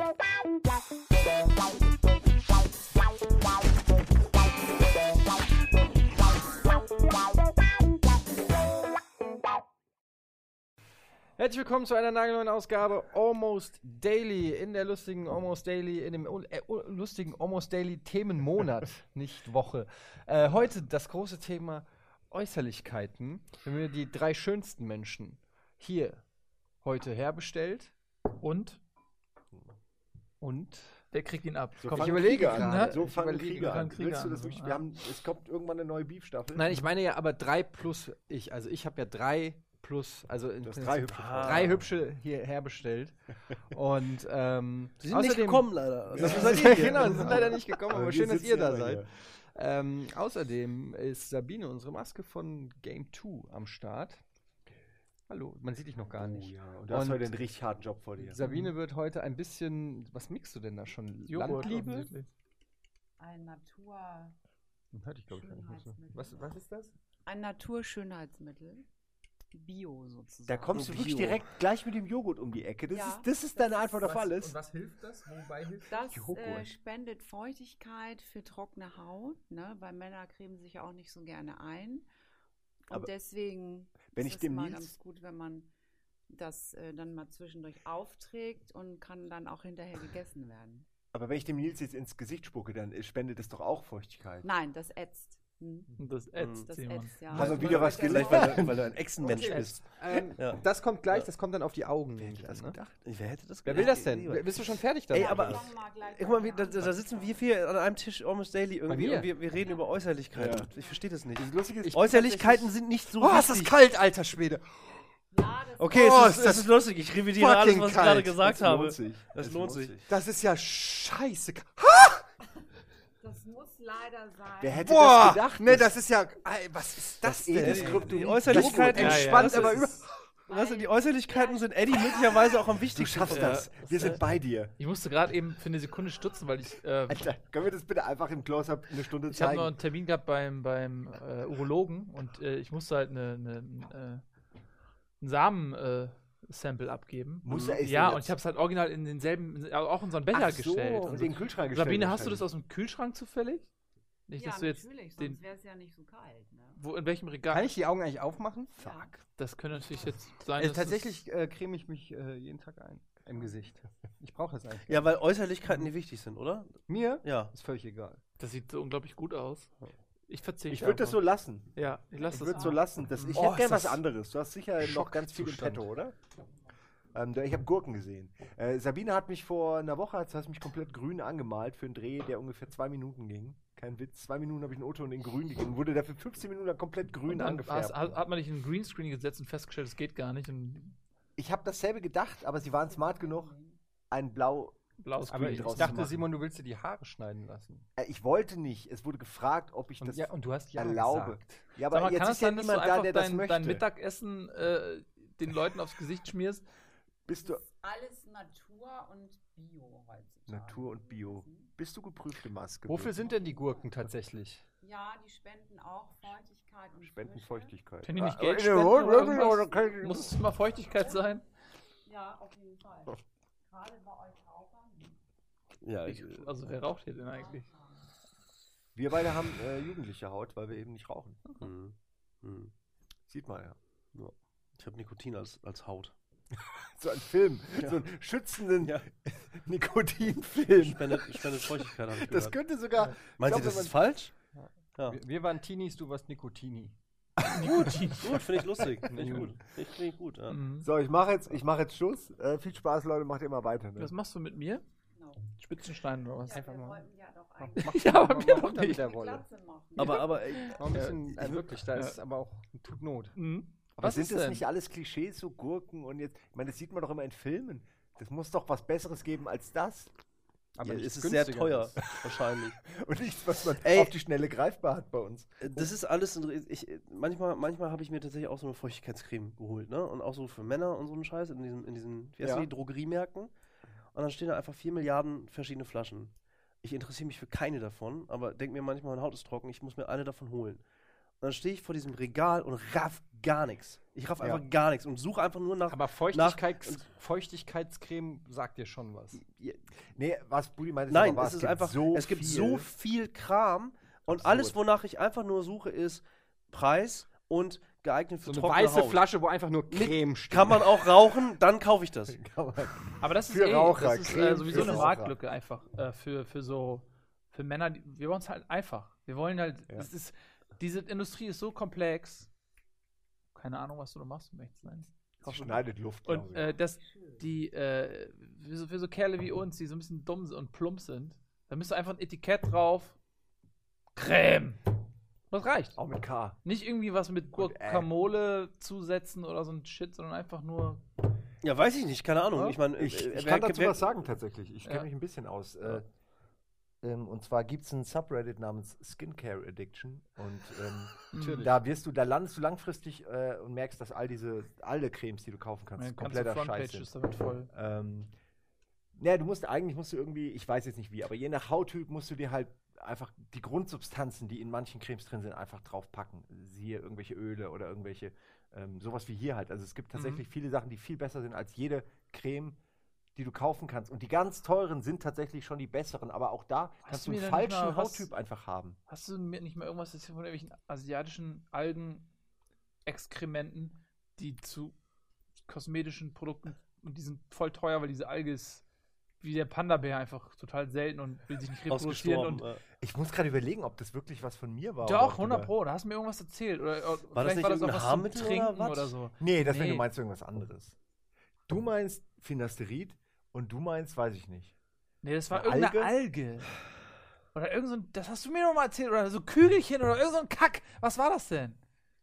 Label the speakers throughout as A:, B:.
A: Herzlich willkommen zu einer nagelneuen Ausgabe Almost Daily in der lustigen Almost Daily, in dem lustigen Almost Daily Themenmonat, nicht Woche. Heute das große Thema Äußerlichkeiten. Wenn wir die 3 schönsten Menschen hier heute herbestellt und
B: wer kriegt ihn ab?
C: So
A: Komm,
C: fangen
A: ich überlege
C: Kriege an.
A: gerade.
C: So fangen
A: Ich
C: Kriege an.
B: Kriege
C: Willst du
B: an.
C: das wirklich?
B: Ja.
C: Es kommt irgendwann eine neue Beef-Staffel.
A: Nein, ich meine ja aber 3 plus ich. Also ich habe ja 3 plus, also
C: Du hast 3 hübsche Frauen.
A: 3 hübsche hierher bestellt. Und
D: Sie sind nicht
A: außerdem
D: gekommen, leider. Also,
A: Das
D: das
A: seid
D: seid
A: ihr,
D: ihr.
A: genau, sind leider nicht gekommen, aber
C: wir
A: schön, dass
C: sitzen
A: ihr da
C: immer
A: seid.
C: hier.
A: Außerdem ist Sabine, unsere Maske von Game 2, am Start. Hallo, man sieht dich noch gar
C: Oh
A: nicht.
C: ja, und du hast heute einen richtig harten Job vor dir.
A: Sabine wird heute ein bisschen, was mixt du denn da schon?
B: Joghurt
A: Landliebe?
B: offensichtlich.
E: Ein
A: Hörte ich, glaube ich, gar nicht.
E: Schönheitsmittel.
A: Was ist das?
E: Ein Naturschönheitsmittel. Bio sozusagen.
C: Da kommst du wirklich
D: Bio.
C: direkt gleich mit dem Joghurt um die Ecke.
E: Ja,
C: Das ist deine Antwort auf alles.
A: was hilft das? Wobei hilft
E: Das
A: Joghurt.
E: spendet Feuchtigkeit für trockene Haut, ne? Weil Männer cremen sich ja auch nicht so gerne ein. Und
C: Aber
E: deswegen
C: wenn
E: ist
C: ich
E: es
C: dem
E: mal
C: Nils-
E: ganz gut, wenn man das dann mal zwischendurch aufträgt und kann dann auch hinterher gegessen werden.
C: Aber wenn ich dem Nils jetzt ins Gesicht spucke, dann spendet es doch auch Feuchtigkeit.
E: Nein, das ätzt. Hm?
B: Und das ätzt,
E: Das
B: Simon.
E: ätzt, ja.
C: Haben wir wieder was
D: Vielleicht,
C: gelernt.
D: weil du ein Echsenmensch
A: Okay.
D: bist. Ja.
A: Das kommt gleich, das kommt dann auf die Augen.
C: Wer
A: nehme
C: hätte
A: ich
C: das
A: an, ne?
C: gedacht?
D: Wer hätte das
A: Wer will das denn?
D: Lieber.
A: Bist du schon fertig
D: Ey,
A: damit?
D: aber-
A: oder?
E: Fangen wir gleich
D: Guck mal,
E: bei mir
D: da
E: an.
D: sitzen wir 4 an einem Tisch, Almost Daily irgendwie,
A: mir?
D: und wir reden über Äußerlichkeiten.
C: Ja.
D: Ich verstehe das nicht.
C: Das Lustige ist,
D: Äußerlichkeiten sind nicht so
A: Oh, ist das kalt, alter Schwede!
E: Ja, das
D: Okay,
A: Oh,
D: es
A: ist das
D: ist lustig. Ich revidiere alles,
A: fucking
D: was ich
A: kalt.
D: gerade gesagt
C: das
D: habe.
C: lohnt sich.
D: Das lohnt sich.
A: Das ist ja scheiße.
E: Das muss leider sein.
C: Wer hätte
A: Boah,
C: das gedacht?
A: ne, das ist ja, was ist das
C: das
A: denn?
C: Edis Kryptonit.
D: Die Äußerlichkeiten
B: Ja, ja,
A: entspannt,
D: das
A: aber
D: ist-
A: über...
D: Weißt du, die Äußerlichkeiten sind Eddie möglicherweise auch am
C: Du
D: wichtigsten.
C: schaffst das. Wir sind bei dir.
B: Ich musste gerade eben für eine Sekunde stutzen, weil ich
C: Alter, können wir das bitte einfach im Close-Up eine Stunde
B: ich habe noch
C: zeigen?
B: einen Termin gehabt beim Urologen und ich musste halt ein Samen-Sample abgeben.
C: Muss er es
B: Ja,
C: denn
B: und
C: jetzt?
B: ich habe es halt original in denselben, auch in so einen Becher gestellt.
C: und
B: Und
C: den Kühlschrank gestellt.
B: Sabine, hast du das
C: wahrscheinlich.
B: aus dem Kühlschrank zufällig? Nicht,
E: Ja,
B: dass du jetzt
E: natürlich,
B: den,
E: sonst wäre es ja nicht so kalt. Ne?
B: in welchem Regal?
A: Kann ich die Augen eigentlich aufmachen?
E: Ja.
B: Das könnte natürlich jetzt sein, dass
A: Tatsächlich creme ich mich jeden Tag ein. Im Gesicht. Ich brauche das eigentlich.
D: Ja, weil Äußerlichkeiten die wichtig sind, oder?
A: Mir
D: Ja.
A: ist völlig egal.
B: das sieht so unglaublich gut aus. Ich verzichte.
C: Ich würde das so
B: einfach.
C: lassen.
B: Ja, ich lasse
C: Ich
B: das.
C: würde so lassen. Ich
A: Oh,
C: hätte gern
A: ist
C: was
A: das
C: anderes. Du hast sicher noch ganz viel im
A: Schockzustand.
C: Petto, oder? Ich habe Gurken gesehen. Sabine hat mich vor einer Woche hast mich komplett grün angemalt für einen Dreh, der ungefähr 2 Minuten ging. Kein Witz. 2 Minuten habe ich einen O-Ton in grün gegeben. Wurde dafür 15 Minuten lang komplett grün
B: Und dann
C: angefärbt.
B: hat man dich in einen Greenscreen gesetzt und festgestellt, es geht gar nicht. Und
C: Ich habe dasselbe gedacht, aber sie waren smart genug, ein Blau.
B: blaues
A: Aber
C: Screen
A: ich
C: draus zu
A: dachte,
C: machen.
A: Simon, du willst dir die Haare schneiden lassen.
C: Ich wollte nicht. Es wurde gefragt, ob ich das
A: Und du hast ja
C: erlaube.
A: gesagt.
C: Ja,
B: Sag
C: aber
B: mal,
C: jetzt
B: kann
C: ist
B: es
C: ja
B: sein, dass du
C: niemand da,
B: einfach
C: der das möchte.
B: dein Mittagessen den Leuten aufs Gesicht schmierst?
C: Bist du
E: Alles Natur und Bio heutzutage.
C: Natur und Bio? Bist du geprüfte Maske?
A: Wofür sind denn die Gurken tatsächlich?
E: Ja, die spenden auch Feuchtigkeit und
C: Spenden
E: Frische.
C: Feuchtigkeit.
B: Können die nicht
C: Ah,
B: Geld
C: in der
B: spenden
C: Wohnung
B: oder
C: oder
B: irgendwas?
C: kann ich-
B: Muss es immer Feuchtigkeit sein?
E: Ja, auf jeden Fall. Gerade bei euch Rauchern.
D: Ja,
B: Also wer raucht hier denn eigentlich?
C: Wir beide haben jugendliche Haut, weil wir eben nicht rauchen.
D: Hm. Hm.
C: Sieht man ja.
D: Ich habe Nikotin als Haut.
C: So ein Film,
D: Ja.
C: so einen schützenden
D: Ja.
C: Nikotinfilm.
D: Spendet Feuchtigkeit, habe ich
C: Das
D: gehört.
C: könnte sogar.
D: Meinst du,
C: ich glaub,
D: das
C: wenn
D: ist falsch? Ja.
A: Wir waren Teenies, du warst Nikotini.
D: Gut, finde ich lustig. Finde ich
A: Mhm.
D: gut. Finde ich gut, ja.
B: Mhm.
C: So, ich mache jetzt Schluss. Viel Spaß, Leute, macht immer weiter. Ne?
B: Was machst du mit mir?
E: Genau.
B: Spitzenstein oder was?
E: Ja,
A: Einfach
E: wir
A: mal.
E: wollten ja doch eigentlich
B: Ja, aber
A: Mach
B: mir
A: mal
B: doch
A: runter mit
B: nicht.
A: der
E: eine
A: Rolle.
E: Glatze machen.
D: Aber ey,
A: Noch ein bisschen,
D: ich-
A: wirklich, da
B: ja.
A: ist aber auch tut Not.
B: Mhm.
C: Aber
B: Was
C: sind
B: ist
C: das
B: denn?
C: nicht alles Klischees, so Gurken und jetzt. Ich meine, das sieht man doch immer in Filmen. Das muss doch was Besseres geben als das.
D: aber
A: nichts
D: es ist sehr teuer,
A: günstigeres.
D: wahrscheinlich.
C: Und nichts, was man
D: Ey.
C: auf die Schnelle greifbar hat bei uns.
D: Das ist alles, manchmal habe ich mir tatsächlich auch so eine Feuchtigkeitscreme geholt, ne? Und auch so für Männer und so einen Scheiß in diesen wie heißen
C: Ja.
D: die, Drogeriemärkten. Und dann stehen da einfach 4 Milliarden verschiedene Flaschen. Ich interessiere mich für keine davon, aber denke mir manchmal, meine Haut ist trocken, ich muss mir eine davon holen. Und dann stehe ich vor diesem Regal und raff gar nichts. Ich raff einfach gar nichts und suche einfach nur nach.
A: Aber Feuchtigkeitscreme sagt dir schon was.
C: Nee, was Budi meinte,
D: Nein,
C: aber
D: es ist einfach, es gibt so viel Kram und
C: Absurd.
D: alles, wonach ich einfach nur suche, ist Preis und geeignet für
A: So eine
D: trockene
A: weiße
D: Haut.
A: Flasche, wo einfach nur Creme steht.
D: Kann man auch rauchen, dann kaufe ich das.
B: Aber das ist
C: Für Raucher,
B: das ist
C: Creme
B: sowieso
C: für
B: eine
C: Raucher.
B: Marktlücke einfach für Männer. Wir wollen es halt einfach. Wir wollen halt, diese Industrie ist so komplex. Keine Ahnung, was du da machst, um echt zu sein.
C: Das schneidet Luft,
B: Und
C: glaub ich.
B: dass die für so Kerle wie uns, die so ein bisschen dumm und plump sind, da müsste einfach ein Etikett drauf. Creme. Das reicht.
C: Auch mit K.
B: Nicht irgendwie was mit Guacamole zusetzen oder so ein Shit, sondern einfach nur.
D: Ja, weiß ich nicht, keine Ahnung.
B: Ja?
D: Ich meine,
C: Ich kann dazu was sagen, tatsächlich. Ich kenne
B: Ja.
C: mich ein bisschen aus. Und zwar gibt es einen Subreddit namens Skincare Addiction. Und
B: Natürlich.
C: da landest du langfristig und merkst, dass alle Cremes, die du kaufen kannst,
B: Dann kannst du
C: kompletter Scheiß
B: Frontpages
C: sind.
B: damit voll.
C: Ja, eigentlich musst du irgendwie, ich weiß jetzt nicht wie, aber je nach Hauttyp musst du dir halt einfach die Grundsubstanzen, die in manchen Cremes drin sind, einfach draufpacken. Siehe irgendwelche Öle oder irgendwelche, sowas wie hier halt. Also es gibt tatsächlich viele Sachen, die viel besser sind als jede Creme, die du kaufen kannst. Und die ganz teuren sind tatsächlich schon die besseren, aber auch da kannst du
B: du
C: einen
B: mir da nicht
C: falschen
B: mal was-
C: Hauttyp einfach haben.
B: Hast du mir nicht mal irgendwas von irgendwelchen asiatischen Algen-Exkrementen, die zu kosmetischen Produkten und die sind voll teuer, weil diese Alge ist wie der Panda-Bär einfach total selten und will sich nicht reproduzieren.
D: ausgestorben.
B: Und
C: Ich muss gerade überlegen, ob das wirklich was von mir war.
B: doch,
C: oder ob
B: 100
C: du
B: Pro, da hast du mir irgendwas erzählt. Oder
D: das
B: vielleicht
D: nicht
B: war das auch
D: irgendein
B: was
D: Haarmittel
B: zum Trinken
D: oder was?
B: oder so.
C: Nee, deswegen
B: Nee.
C: du meinst irgendwas anderes. Du meinst Finasterid und du meinst, weiß ich nicht.
B: Nee, das war
C: Eine
B: irgendeine Alge. Oder irgend so ein, das hast du mir noch mal erzählt. Oder so Kügelchen oder irgend so ein Kack. Was war das denn?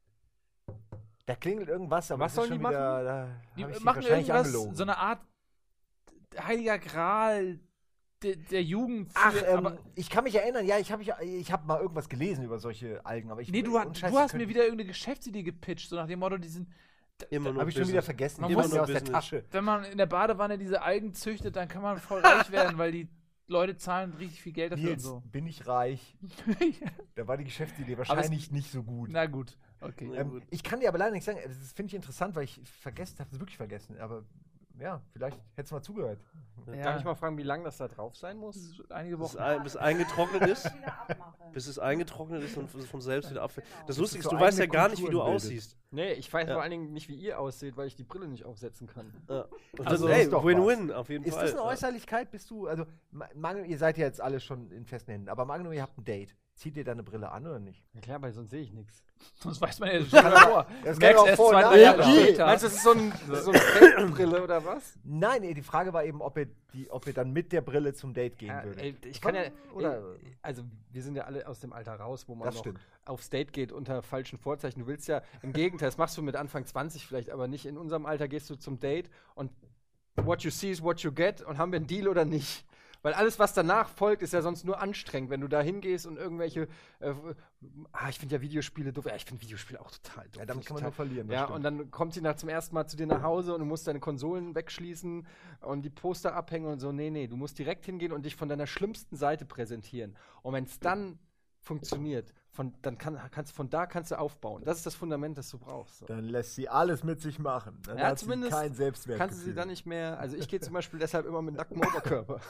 C: Da klingelt irgendwas, aber
A: Was
C: das ist
A: sollen
C: schon
A: die
C: wieder, da
B: Die
C: hab ich dich
B: machen
C: wahrscheinlich
B: irgendwas,
C: angelogen.
B: so eine Art heiliger Gral der Jugend.
C: Ach,
B: aber
C: ich kann mich erinnern, ja, ich hab mal irgendwas gelesen über solche Algen, aber ich
B: nee, du
C: ohne Scheiß,
B: hast
C: das
B: mir wieder irgendeine Geschäftsidee gepitcht, so nach dem Motto, die sind,
D: Immer nur
C: Hab ich schon
D: Business.
C: wieder vergessen.
B: Man
C: Ich
B: muss
C: muss aus der
D: Business.
C: Tasche.
B: wenn man in der Badewanne diese Algen züchtet, dann kann man voll reich werden, weil die Leute zahlen richtig viel Geld dafür
C: Nils,
B: und so.
C: bin ich reich? Da war die Geschäftsidee
B: Aber
C: wahrscheinlich nicht so gut.
B: Na gut, okay.
D: Ja, gut.
C: Ich kann dir aber leider nicht sagen, das finde ich interessant, weil ich habe es wirklich vergessen. Aber ja, vielleicht hättest du mal zugehört.
A: Darf ich mal fragen, wie lange das da drauf sein muss?
B: Das ist einige
D: Bis,
B: Wochen.
D: bis eingetrocknet ist,
E: Wieder abmachen.
D: bis es eingetrocknet ist und von selbst wieder abfällt. Das
C: Bis
D: Lustige
C: es
D: ist,
C: so
D: du weißt ja
C: eigene
D: gar nicht, wie du
C: Kulturen bildet.
D: aussiehst.
A: Nee, ich weiß
D: Ja.
A: vor allen Dingen nicht, wie ihr aussieht, weil ich die Brille nicht aufsetzen kann.
D: Ja. Und
C: Also,
D: das,
C: das
D: ey,
C: ist doch
D: Win-Win auf jeden
C: Ist
D: Fall.
C: das eine
D: Ja.
C: Äußerlichkeit? Bist du, also, ihr seid ja jetzt alle schon in festen Händen, aber mal angenommen, ihr habt ein Date. Zieht ihr deine Brille an oder nicht?
A: Ja klar, weil sonst sehe ich nichts.
B: Das weiß man ja schon vor.
C: Das
B: Merkst
C: auch
B: erst
C: vor-
B: 2,
C: na,
B: 3 Jahre
C: ja,
B: später.
A: Meinst du, das ist so eine Fake-Brille oder was?
C: Nein, die Frage war eben, ob ihr dann mit der Brille zum Date gehen
A: Ja,
C: würdet.
A: ey, ich kann ja,
C: Oder-
A: also wir sind ja alle aus dem Alter raus, wo man
C: Das
A: noch
C: stimmt.
A: aufs Date geht unter falschen Vorzeichen. Du willst ja, im Gegenteil, das machst du mit Anfang 20 vielleicht, aber nicht in unserem Alter gehst du zum Date und what you see is what you get und haben wir einen Deal oder nicht? Weil alles, was danach folgt, ist ja sonst nur anstrengend, wenn du da hingehst und irgendwelche, ich finde ja Videospiele doof. Ja, ich finde Videospiele auch total doof.
C: Ja, damit
A: Find
C: kann
A: ich
C: man nur
A: total-
C: verlieren. das
A: Ja,
C: stimmt.
A: und dann kommt sie zum ersten Mal zu dir nach Hause und du musst deine Konsolen wegschließen und die Poster abhängen und so. Nee, du musst direkt hingehen und dich von deiner schlimmsten Seite präsentieren. Und wenn es dann funktioniert, von da kannst du aufbauen. Das ist das Fundament, das du brauchst. So.
C: Dann lässt sie alles mit sich machen. Dann
A: Ja,
C: hat sie
A: zumindest
C: kein Selbstwertgefühl.
A: Kannst du sie dann nicht mehr, also ich gehe zum Beispiel deshalb immer mit nacktem Oberkörper.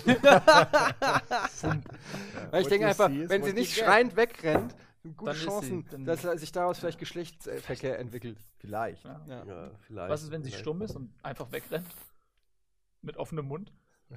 A: Weil ich
C: What
A: denke
C: you
A: einfach,
C: see is
A: wenn
C: what
A: sie
C: you
A: nicht
C: get.
A: schreiend wegrennt, sind gute
B: Dann ist sie-
A: Chancen,
B: dann-
A: dass sich daraus vielleicht Geschlechtsverkehr entwickelt.
C: Vielleicht.
B: Ja.
A: Ja.
D: Ja, vielleicht.
B: Was ist, wenn sie
D: vielleicht.
B: stumm ist und einfach wegrennt? Mit offenem Mund?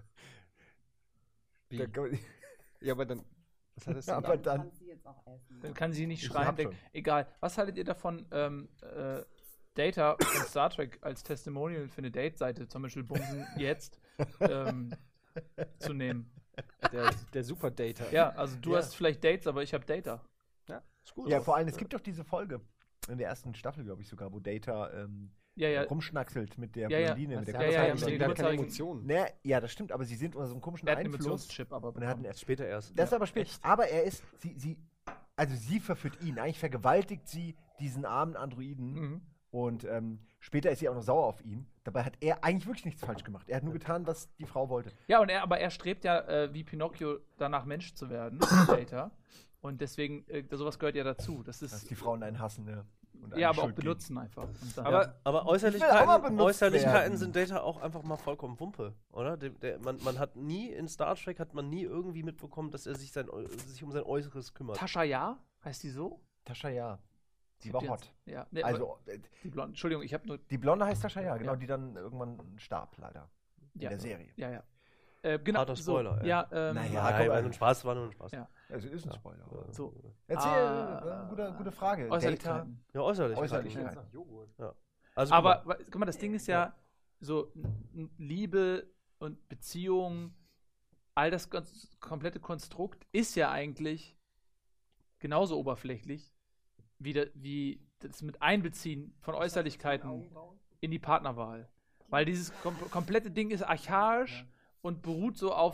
A: Wie?
C: Da kann man-
A: Ja, aber dann, was hat das
C: Ja,
A: denn
C: aber
A: da?
C: dann-
E: Kann sie jetzt auch essen.
B: Dann kann sie nicht
C: Ich
B: schreien.
C: hab schon.
B: Egal. Was haltet ihr davon, Data von Star Trek als Testimonial für eine Date-Seite, zum Beispiel Bumsen jetzt, zu nehmen?
A: Der Super-Dater.
B: Ja, also du
C: Ja.
B: hast vielleicht Dates, aber ich habe Data.
A: Ja, ist gut.
C: Ja, vor allem, es gibt doch diese Folge in der ersten Staffel, glaube ich sogar, wo Data
B: Ja.
C: rumschnackselt mit der
B: Ja, ja.
C: Blondine, mit der
B: Ja,
C: ganz
B: ja,
C: kleinen
B: mit
A: der
B: den
C: Blondine.
A: hat keine
B: Geburtstagen.
A: Emotionen.
C: Naja, ja, das stimmt, aber sie sind unter so einem komischen
B: Er hat einen
C: Einfluss.
B: Emotionschip, aber
C: Und er hat einen
B: bekommen.
D: Später erst.
C: Das ist aber spät. Aber er ist, sie verführt ihn. Eigentlich vergewaltigt sie diesen armen Androiden.
B: Mhm.
C: Und später ist sie auch noch sauer auf ihn. Dabei hat er eigentlich wirklich nichts falsch gemacht. Er hat nur getan, was die Frau wollte.
B: Ja, aber er strebt ja wie Pinocchio danach Mensch zu werden, Data. Und deswegen, sowas gehört ja dazu. Das
C: Dass
B: ist,
C: die Frauen einen hassen, ja. und eine
B: Ja, aber auch
C: Schuld geben.
B: benutzen einfach. Und dann,
A: Aber
D: Aber
C: auch mal
D: Äußerlichkeiten,
C: benutzt
D: Äußerlichkeiten
C: werden.
D: sind Data auch einfach mal vollkommen Wumpe, oder? Man hat nie, in Star Trek hat man nie irgendwie mitbekommen, dass er sich um sein Äußeres kümmert.
B: Tascha Ja, heißt die so?
C: Tascha, ja. Die
B: Ich
C: war
B: hab
C: hot.
B: jetzt- Ja, nee, aber
C: Also,
B: die Blonde. Entschuldigung, ich habe nur.
C: die Blonde heißt Tascha, ja, genau,
B: Ja.
C: die dann irgendwann starb, leider. In
B: Ja.
C: der Serie.
B: Ja, ja. Genau.
D: Harter Spoiler,
B: So,
D: ja.
B: ja,
C: Naja.
D: Nein,
C: komm,
D: war nur ein Spaß, war nur ein Spaß.
B: Ja.
C: Also ist ein Spoiler.
B: So.
C: Erzähl, gute Frage. Data,
B: Äußerlichkeiten.
D: Ja, Äußerlichkeiten.
C: Äußerlichkeiten.
D: Also,
B: Aber
D: guck mal.
B: guck mal, das Ding ist ja, so Liebe und Beziehung, all das komplette Konstrukt ist ja eigentlich genauso oberflächlich wie das mit Einbeziehen von Äußerlichkeiten in die Partnerwahl. Weil dieses komplette Ding ist archaisch und beruht so auf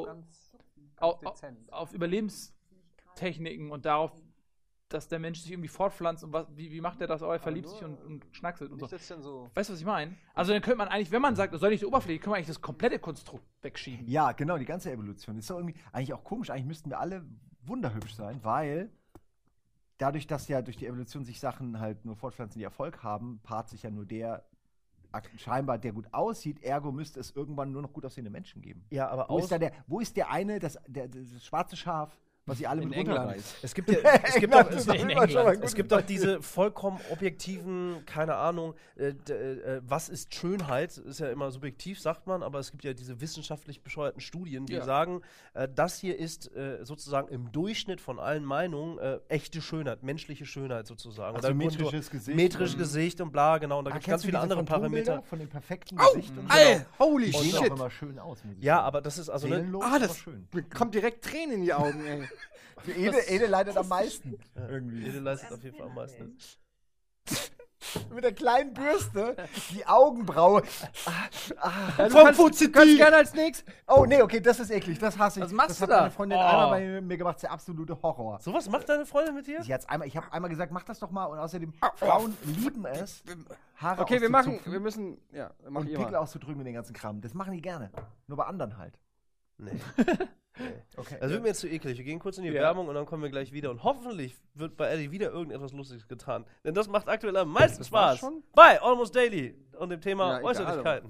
B: auf Überlebenstechniken und darauf, dass der Mensch sich irgendwie fortpflanzt und wie macht er das? Oh, er verliebt sich und schnackselt und so.
A: Nicht, dass dann so
B: Weißt du, was ich meine? Also dann könnte man eigentlich, wenn man sagt, das soll nicht so oberflächlich, können wir eigentlich das komplette Konstrukt wegschieben.
C: Ja, genau, die ganze Evolution. Ist doch irgendwie eigentlich auch komisch. Eigentlich müssten wir alle wunderhübsch sein, weil dadurch, dass ja durch die Evolution sich Sachen halt nur fortpflanzen, die Erfolg haben, paart sich ja nur der scheinbar, der gut aussieht. Ergo müsste es irgendwann nur noch gut aussehende Menschen geben.
D: Ja, aber
C: Wo ist der eine, das schwarze Schaf, was sie alle
A: In
C: mit
A: England.
C: runterreißt?
D: es gibt ja, es gibt doch,
C: Das ist doch
B: in
C: immer schon mal
B: England.
C: gut.
D: es gibt doch diese vollkommen objektiven, keine Ahnung, was ist Schönheit, ist ja immer subjektiv, sagt man, aber es gibt ja diese wissenschaftlich bescheuerten Studien, die
B: Ja.
D: sagen, das hier ist sozusagen im Durchschnitt von allen Meinungen echte Schönheit, menschliche Schönheit sozusagen.
C: Also
D: Und dann wurden
C: metrisches Gesicht.
D: metrisches Gesicht und bla, genau, und da gibt es ganz
C: Kennst du
D: viele
C: diese
D: andere
C: Phantombilder
D: Parameter.
C: von dem perfekten Gesicht und so?
A: Ey, holy
C: Die sehen
A: shit.
C: auch immer schön aus. muss ich
D: Ja,
C: sagen.
D: aber das ist also ne,
C: Seelenlos,
A: Ah,
C: aber
A: das
C: schön.
A: mir kommt direkt Tränen in die Augen, ey.
C: Für Ede leidet am meisten. Irgendwie.
D: Ede leistet auf jeden Fall am meisten.
C: Mit der kleinen Bürste, die Augenbraue.
A: Ja, du kannst gerne als nächstes.
C: Oh, nee, okay, das ist eklig, das hasse ich.
B: Was machst
C: das
B: du
C: hat
B: da?
C: meine Freundin
B: Oh.
C: einmal bei mir gemacht, der absolute Horror.
D: Sowas macht deine Freundin mit dir?
C: Ich habe einmal gesagt, mach das doch mal und außerdem, Frauen lieben es, Haare
A: Okay, wir
C: auszuzupfen
A: müssen, ja, mach
C: und
A: ihr
C: Pickel
A: mal.
C: auszudrücken mit den ganzen Kram. Das machen die gerne. Nur bei anderen halt.
D: Nee.
C: Okay.
D: Das wird mir jetzt zu eklig. Wir gehen kurz in die
B: Ja.
D: Werbung und dann kommen wir gleich wieder. Und hoffentlich wird bei Eddie wieder irgendetwas Lustiges getan. Denn das macht aktuell am meisten
A: Das war's
D: Spaß.
A: schon?
D: Bei Almost Daily und dem Thema
A: Ja, egal.
D: Äußerlichkeiten.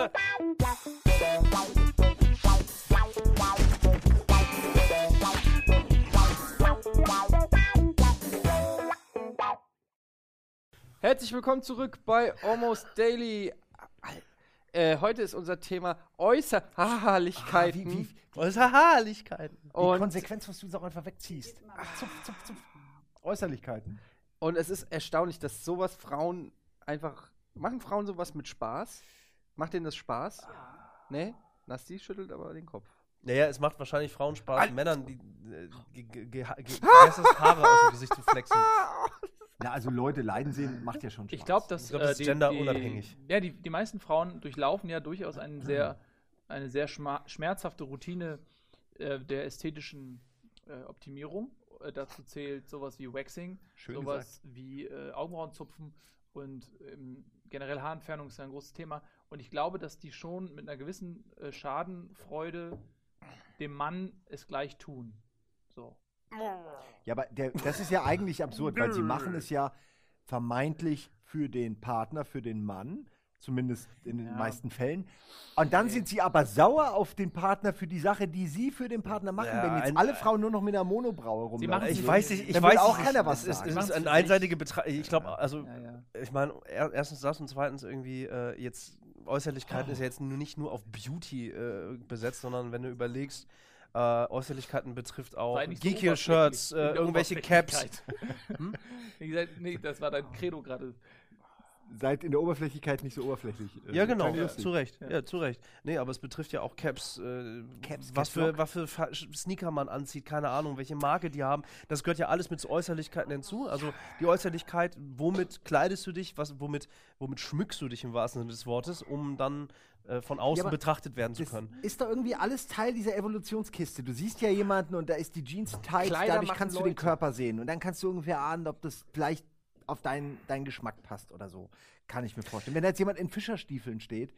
A: Herzlich willkommen zurück bei Almost Daily. Heute ist unser Thema Äußerlichkeiten.
C: Wie
D: Äußerlichkeiten.
A: und,
C: Konsequenz, was du es auch einfach wegziehst. Zupf. Äußerlichkeiten.
A: und es ist erstaunlich, dass sowas Frauen einfach. Machen Frauen sowas mit Spaß? Macht denen das Spaß? Nee? Nasti schüttelt aber den Kopf.
D: Naja, es macht wahrscheinlich Frauen Spaß, Männern die Haare aus dem Gesicht zu flexen.
C: Na, also Leute leiden sehen, macht ja schon Spaß.
B: Ich glaube, dass
D: Ich glaub, das ist genderunabhängig.
B: Ja, die meisten Frauen durchlaufen ja durchaus eine sehr schmerzhafte Routine der ästhetischen Optimierung. Dazu zählt sowas wie Waxing,
C: Schön
B: sowas wie Augenbrauenzupfen und generell Haarentfernung ist ja ein großes Thema. Und ich glaube, dass die schon mit einer gewissen Schadenfreude dem Mann es gleich tun. So.
C: Ja, aber das ist ja eigentlich absurd, weil sie machen es ja vermeintlich für den Partner, für den Mann, zumindest in den meisten Fällen. Und dann sind sie aber sauer auf den Partner für die Sache, die sie für den Partner machen,
D: Ja,
C: wenn jetzt alle Frauen nur noch mit einer Monobraue rumlaufen.
B: machen
D: Ich
B: sie-
D: weiß nicht,
C: Dann will auch keiner was
D: es
C: sagen.
D: ist
B: Machen's
D: eine
B: für
D: einseitige Betrachtung. Ich glaube, also,
B: Ja, ja.
D: ich meine, erstens das und zweitens irgendwie jetzt Äußerlichkeiten ist ja jetzt nicht nur auf Beauty besetzt, sondern wenn du überlegst, Äußerlichkeiten betrifft auch
B: Sei nicht so
D: Geeky-Shirts,
B: oberflächlich in der
D: irgendwelche Caps.
B: Oberflächlichkeit. Wie gesagt, nee, das war dein Credo gerade.
C: Seid in der Oberflächlichkeit nicht so oberflächlich.
D: Ja, genau,
C: Fand ich lustig.
D: zu Recht. Ja, zu Recht. Nee, aber es betrifft ja auch Caps. Was für Sneaker man anzieht, keine Ahnung, welche Marke die haben. Das gehört ja alles mit zu Äußerlichkeiten hinzu. Also die Äußerlichkeit, womit kleidest du dich, womit schmückst du dich im wahrsten Sinne des Wortes, um dann von außen
C: aber
D: betrachtet werden zu
C: Das
D: können.
C: ist doch irgendwie alles Teil dieser Evolutionskiste. Du siehst ja jemanden und da ist die Jeans tight,
A: Kleider
C: dadurch
A: machen
C: kannst du den
A: Leute.
C: Körper sehen. Und dann kannst du ungefähr ahnen, ob das vielleicht auf deinen Geschmack passt oder so. Kann ich mir vorstellen. Wenn da jetzt jemand in Fischerstiefeln steht,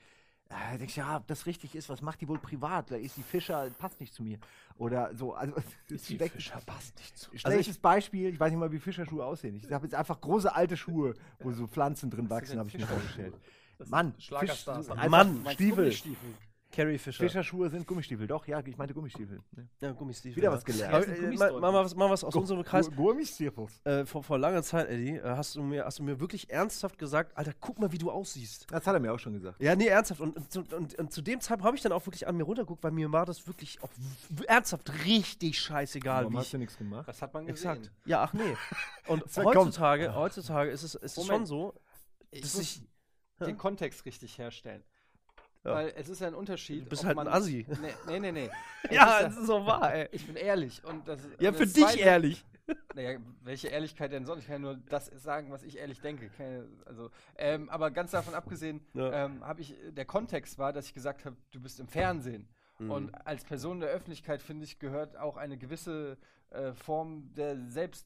C: Da denkst du, ja, ob das richtig ist, was macht die wohl privat? Da ist die Fischer, passt nicht zu mir. Oder so. Also,
B: Fischer passt nicht zu.
C: Schlechtes Beispiel, ich weiß nicht mal, wie Fischerschuhe aussehen. Ich habe jetzt einfach große alte Schuhe, wo so Pflanzen drin wachsen, habe ich mir vorgestellt. Mann,
B: Schlagerstars.
C: Mann,
A: Meinst
C: Stiefel.
D: Carrie Fisher.
C: Fischerschuhe sind Gummistiefel. Doch, ja, ich meinte Gummistiefel. Ne?
D: Ja, Gummistiefel.
C: Wieder was gelernt.
D: Aber, mal was aus unserem Kreis.
C: Gummistiefel.
D: Vor langer Zeit, Eddie, hast du mir wirklich ernsthaft gesagt, Alter, guck mal, wie du aussiehst.
C: Das hat er mir auch schon gesagt.
D: Ja, nee, ernsthaft. Und zu dem Zeitpunkt habe ich dann auch wirklich an mir runtergeguckt, weil mir war das wirklich auch ernsthaft richtig scheißegal.
C: Warum
D: Wie
C: hast du nichts gemacht?
A: Das hat man gesehen.
D: Exakt. Ja, ach nee. Und
C: Das war
D: heutzutage ist es
A: Moment.
D: schon so,
A: Ich
D: dass
A: muss
D: ich.
A: den Kontext richtig herstellen.
D: Ja.
A: Weil es ist ja ein Unterschied.
D: Du bist
A: ob
D: halt
A: man
D: ein Assi.
A: Nee.
D: Ja,
A: Es
D: das ist so wahr, ey.
A: ich bin ehrlich. Und das,
D: Ja,
A: und
D: für
A: das
D: dich
A: Zweite-
D: ehrlich.
A: Naja, welche Ehrlichkeit denn sonst? Ich kann ja nur das sagen, was ich ehrlich denke. Aber ganz davon abgesehen,
D: Ja.
A: der Kontext war, dass ich gesagt habe, du bist im Fernsehen.
D: Mhm.
A: Und als Person der Öffentlichkeit, finde ich, gehört auch eine gewisse Form der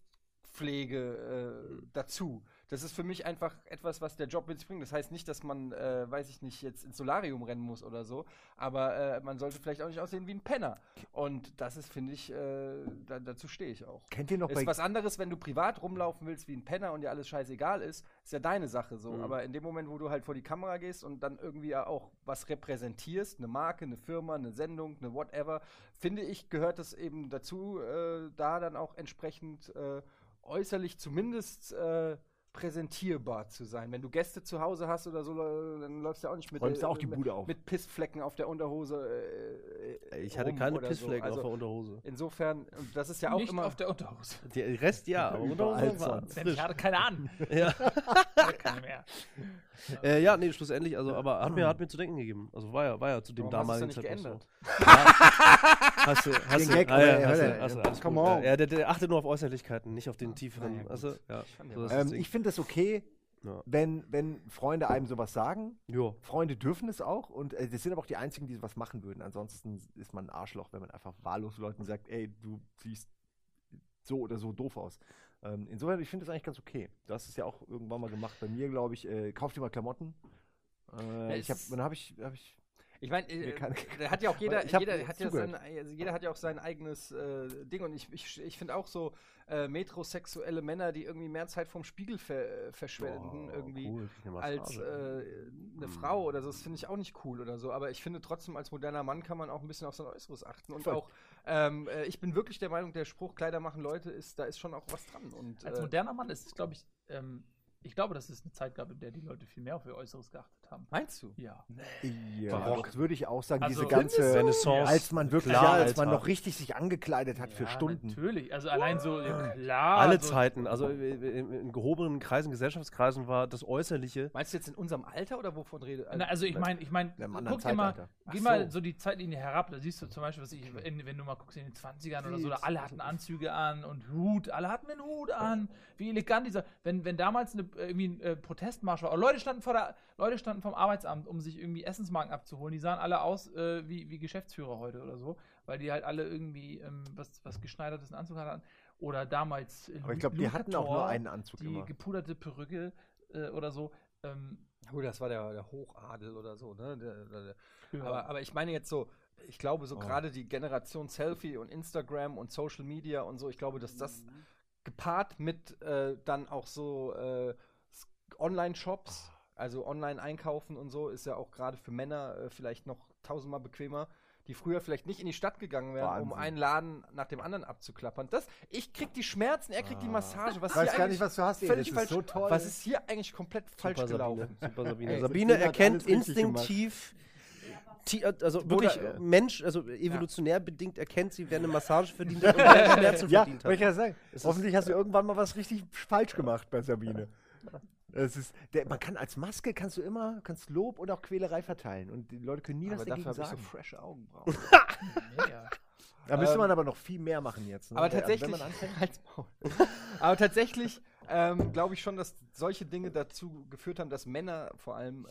A: Selbstpflege dazu. Das ist für mich einfach etwas, was der Job mit sich bringt. Das heißt nicht, dass man, weiß ich nicht, jetzt ins Solarium rennen muss oder so, aber man sollte vielleicht auch nicht aussehen wie ein Penner. Und das ist, finde ich, dazu stehe ich auch.
C: Kennt ihr noch
A: Ist was anderes, wenn du privat rumlaufen willst wie ein Penner und dir alles scheißegal ist ja deine Sache so.
D: Mhm.
A: Aber in dem Moment, wo du halt vor die Kamera gehst und dann irgendwie auch was repräsentierst, eine Marke, eine Firma, eine Sendung, eine whatever, finde ich, gehört das eben dazu, da dann auch entsprechend äußerlich zumindest präsentierbar zu sein. Wenn du Gäste zu Hause hast oder so, dann läufst du ja auch nicht mit,
C: Räumst du auch die Bude auf.
A: mit Pissflecken auf der Unterhose.
D: Ich hatte
A: rum
D: keine
A: oder
D: Pissflecken
A: so. Also
D: auf der Unterhose.
A: Insofern, und das ist ja auch
B: Nicht
A: immer
B: auf der Unterhose.
D: Der Rest ja, aber
C: Überall
D: Unterhose war
C: sonst.
B: Denn ich hatte keine an.
D: Ja.
B: Keine mehr.
D: Ja, nee, schlussendlich, also, aber hat mir zu denken gegeben. Also war ja zu dem
A: Warum hast
D: damaligen
A: du's denn nicht
D: Zeitpunkt
A: geändert?
D: so. Ja. Hast du,
C: Den Gag,
D: ah,
C: aber,
D: ja, hast
C: Alter,
D: du, alles
C: come
D: gut.
C: on.
D: Ja, der achtet nur auf Äußerlichkeiten, nicht auf den tieferen.
A: ja, gut.
D: Also, ja.
A: Ich fand ja
D: So
A: was.
D: ist das Ding.
C: Ich finde das okay,
D: Ja.
C: wenn Freunde einem sowas sagen.
D: Jo.
C: Freunde dürfen es auch und das sind aber auch die einzigen, die sowas machen würden. Ansonsten ist man ein Arschloch, wenn man einfach wahllos Leuten sagt, ey, du siehst so oder so doof aus. Insofern, ich finde das eigentlich ganz okay. Du hast es ja auch irgendwann mal gemacht. Bei mir, glaube ich, kauf dir mal Klamotten. Dann habe ich
A: Ich meine,
C: Mir keine-
A: da hat ja auch jeder,
C: Ich hab
A: jeder hat ja
C: zugehört.
A: jeder hat ja auch sein eigenes Ding und ich finde auch so metrosexuelle Männer, die irgendwie mehr Zeit vorm Spiegel verschwenden irgendwie
D: cool, krieg eine
A: als
D: Massage.
A: eine Frau oder so, das finde ich auch nicht cool oder so, aber ich finde trotzdem, als moderner Mann kann man auch ein bisschen auf sein Äußeres achten und
C: Voll.
A: auch, ich bin wirklich der Meinung, der Spruch, Kleider machen Leute, da ist schon auch was dran. Und,
B: Als moderner Mann ist es, glaube ich glaube, dass es eine Zeit gab, in der die Leute viel mehr auf ihr Äußeres geachtet haben.
A: meinst du?
B: Ja.
C: Ja, das würde ich auch sagen,
B: Also,
C: diese ganze
D: Renaissance.
C: als man wirklich,
D: Klar,
C: als man
D: Alter.
C: noch richtig sich angekleidet hat für Stunden.
B: Natürlich. Also allein so, ja, klar.
D: Alle
B: so,
D: Zeiten, also in gehobenen Kreisen, Gesellschaftskreisen war das Äußerliche.
A: Meinst du jetzt in unserem Alter oder wovon redet?
B: Na, also ich meine,
C: In einem anderen
B: guck dir mal,
C: Zeitalter.
B: geh
A: Ach
B: mal
A: so.
B: so die Zeitlinie herab, da siehst du zum Beispiel, wenn du mal guckst in den 20ern oder so, da alle hatten Anzüge an und Hut, alle hatten einen Hut an, wie elegant dieser, wenn damals irgendwie ein Protestmarsch war, Leute standen vom Arbeitsamt, um sich irgendwie Essensmarken abzuholen, die sahen alle aus wie Geschäftsführer heute oder so, weil die halt alle irgendwie was geschneidertes in Anzug hatten. Oder damals
C: Aber ich glaube, die hatten auch nur
B: Luthor,
C: einen Anzug
B: die
C: immer.
B: gepuderte Perücke oder so.
A: Gut, das war der Hochadel oder so, ne?
B: Ja.
A: Aber ich meine jetzt so, ich glaube so
C: Oh.
A: gerade die Generation Selfie und Instagram und Social Media und so, ich glaube, dass das gepaart mit dann auch so Online-Shops, also Online-Einkaufen und so, ist ja auch gerade für Männer vielleicht noch tausendmal bequemer, die früher vielleicht nicht in die Stadt gegangen wären, um
C: Wahnsinn.
A: einen Laden nach dem anderen abzuklappern. Ich krieg die Schmerzen, er kriegt die Massage. Was
C: Ich weiß
A: hier
C: gar
A: eigentlich
C: nicht, was du hast.
A: völlig
C: das
A: falsch.
C: ist so toll.
A: Was ist hier eigentlich komplett falsch
D: Super
A: gelaufen?
D: Super Sabine.
A: Ey,
D: Sabine
C: Sabine hat
D: erkennt
C: alles richtig
D: instinktiv, also wirklich
A: Oder-
D: Mensch, also evolutionär bedingt erkennt sie, wer eine Massage verdient hat und wer Schmerzen
C: Ja,
D: verdient
C: wollte ich
D: hat.
C: ja sagen. Hoffentlich hast du irgendwann mal was richtig falsch gemacht bei Sabine. Es ist, man kann als Maske kannst Lob und auch Quälerei verteilen und die Leute können nie was
A: Aber
C: dagegen
A: dafür habe ich
C: sagen.
A: so frische Augenbrauen.
B: Mega.
C: Da müsste man aber noch viel mehr machen jetzt. Ne?
A: Aber
C: Also,
A: tatsächlich,
C: wenn man anfängt,
A: Halt's Maul. Aber tatsächlich glaube ich schon, dass solche Dinge dazu geführt haben, dass Männer vor allem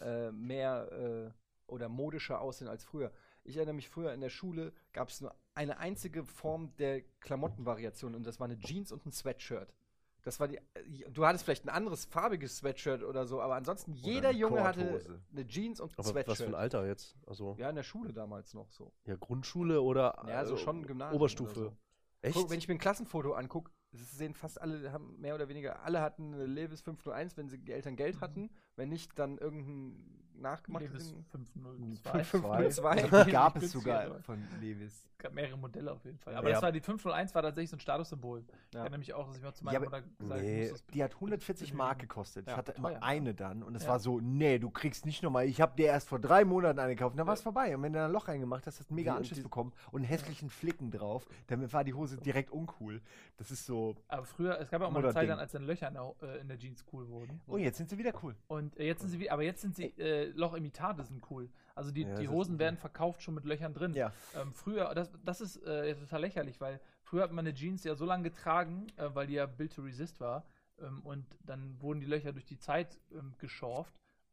A: mehr oder modischer aussehen als früher. Ich erinnere mich, früher in der Schule gab es nur eine einzige Form der Klamottenvariation und das war eine Jeans und ein Sweatshirt. Das war du hattest vielleicht ein anderes farbiges Sweatshirt oder so, aber ansonsten jeder
C: eine
A: Junge hatte
C: Korthose.
A: eine Jeans und ein
D: Aber
A: Sweatshirt.
D: was für ein Alter jetzt? Also,
A: Ja, in der Schule damals noch so.
D: ja, Grundschule oder
A: Ja, also schon Gymnasium
D: Oberstufe.
A: oder so.
D: Echt?
A: Guck, wenn ich mir ein Klassenfoto angucke, sehen fast alle, haben mehr oder weniger, alle hatten eine Levis 501, wenn die Eltern Geld hatten. Wenn nicht, dann irgendein nachgemachtes
B: Levis
A: Ding.
B: 502.
A: 502.
C: Die gab es
B: Günstiger,
C: sogar
B: aber.
C: von Levis.
B: Es gab mehrere Modelle auf jeden Fall. Aber
D: Ja.
B: das war die 501 war tatsächlich so ein Statussymbol. Ich
A: Ja.
B: erinnere mich auch, dass ich mal zu
C: Ja,
B: meiner
C: aber-
B: Mutter gesagt
D: Nee,
B: habe,
C: Die hat 140 Mark gekostet. Ich
A: Ja,
C: hatte immer
B: teuer.
C: eine dann und es
B: Ja.
C: war so, nee, du kriegst nicht nochmal, ich habe dir erst vor 3 Monaten eine gekauft und dann war es vorbei. Und wenn du da ein Loch reingemacht hast, hast du mega
D: Wie-
C: Anschiss bekommen und einen hässlichen Flicken drauf. Damit war die Hose direkt uncool. Das ist so,
B: Aber früher, es gab ja auch mal eine
C: Oder
B: Zeit
C: Ding.
B: dann, als dann Löcher in der Jeans cool wurden.
C: oh, jetzt sind sie wieder cool.
B: Und jetzt sind sie, aber jetzt sind sie Lochimitate sind cool. Also die
D: Ja,
B: die
D: das
B: Hosen
D: ist-
B: werden verkauft schon mit Löchern drin.
C: Ja.
B: Früher, das ist total lächerlich, weil früher hat man eine Jeans ja so lange getragen, weil die ja built to resist war. Und dann wurden die Löcher durch die Zeit geschorft.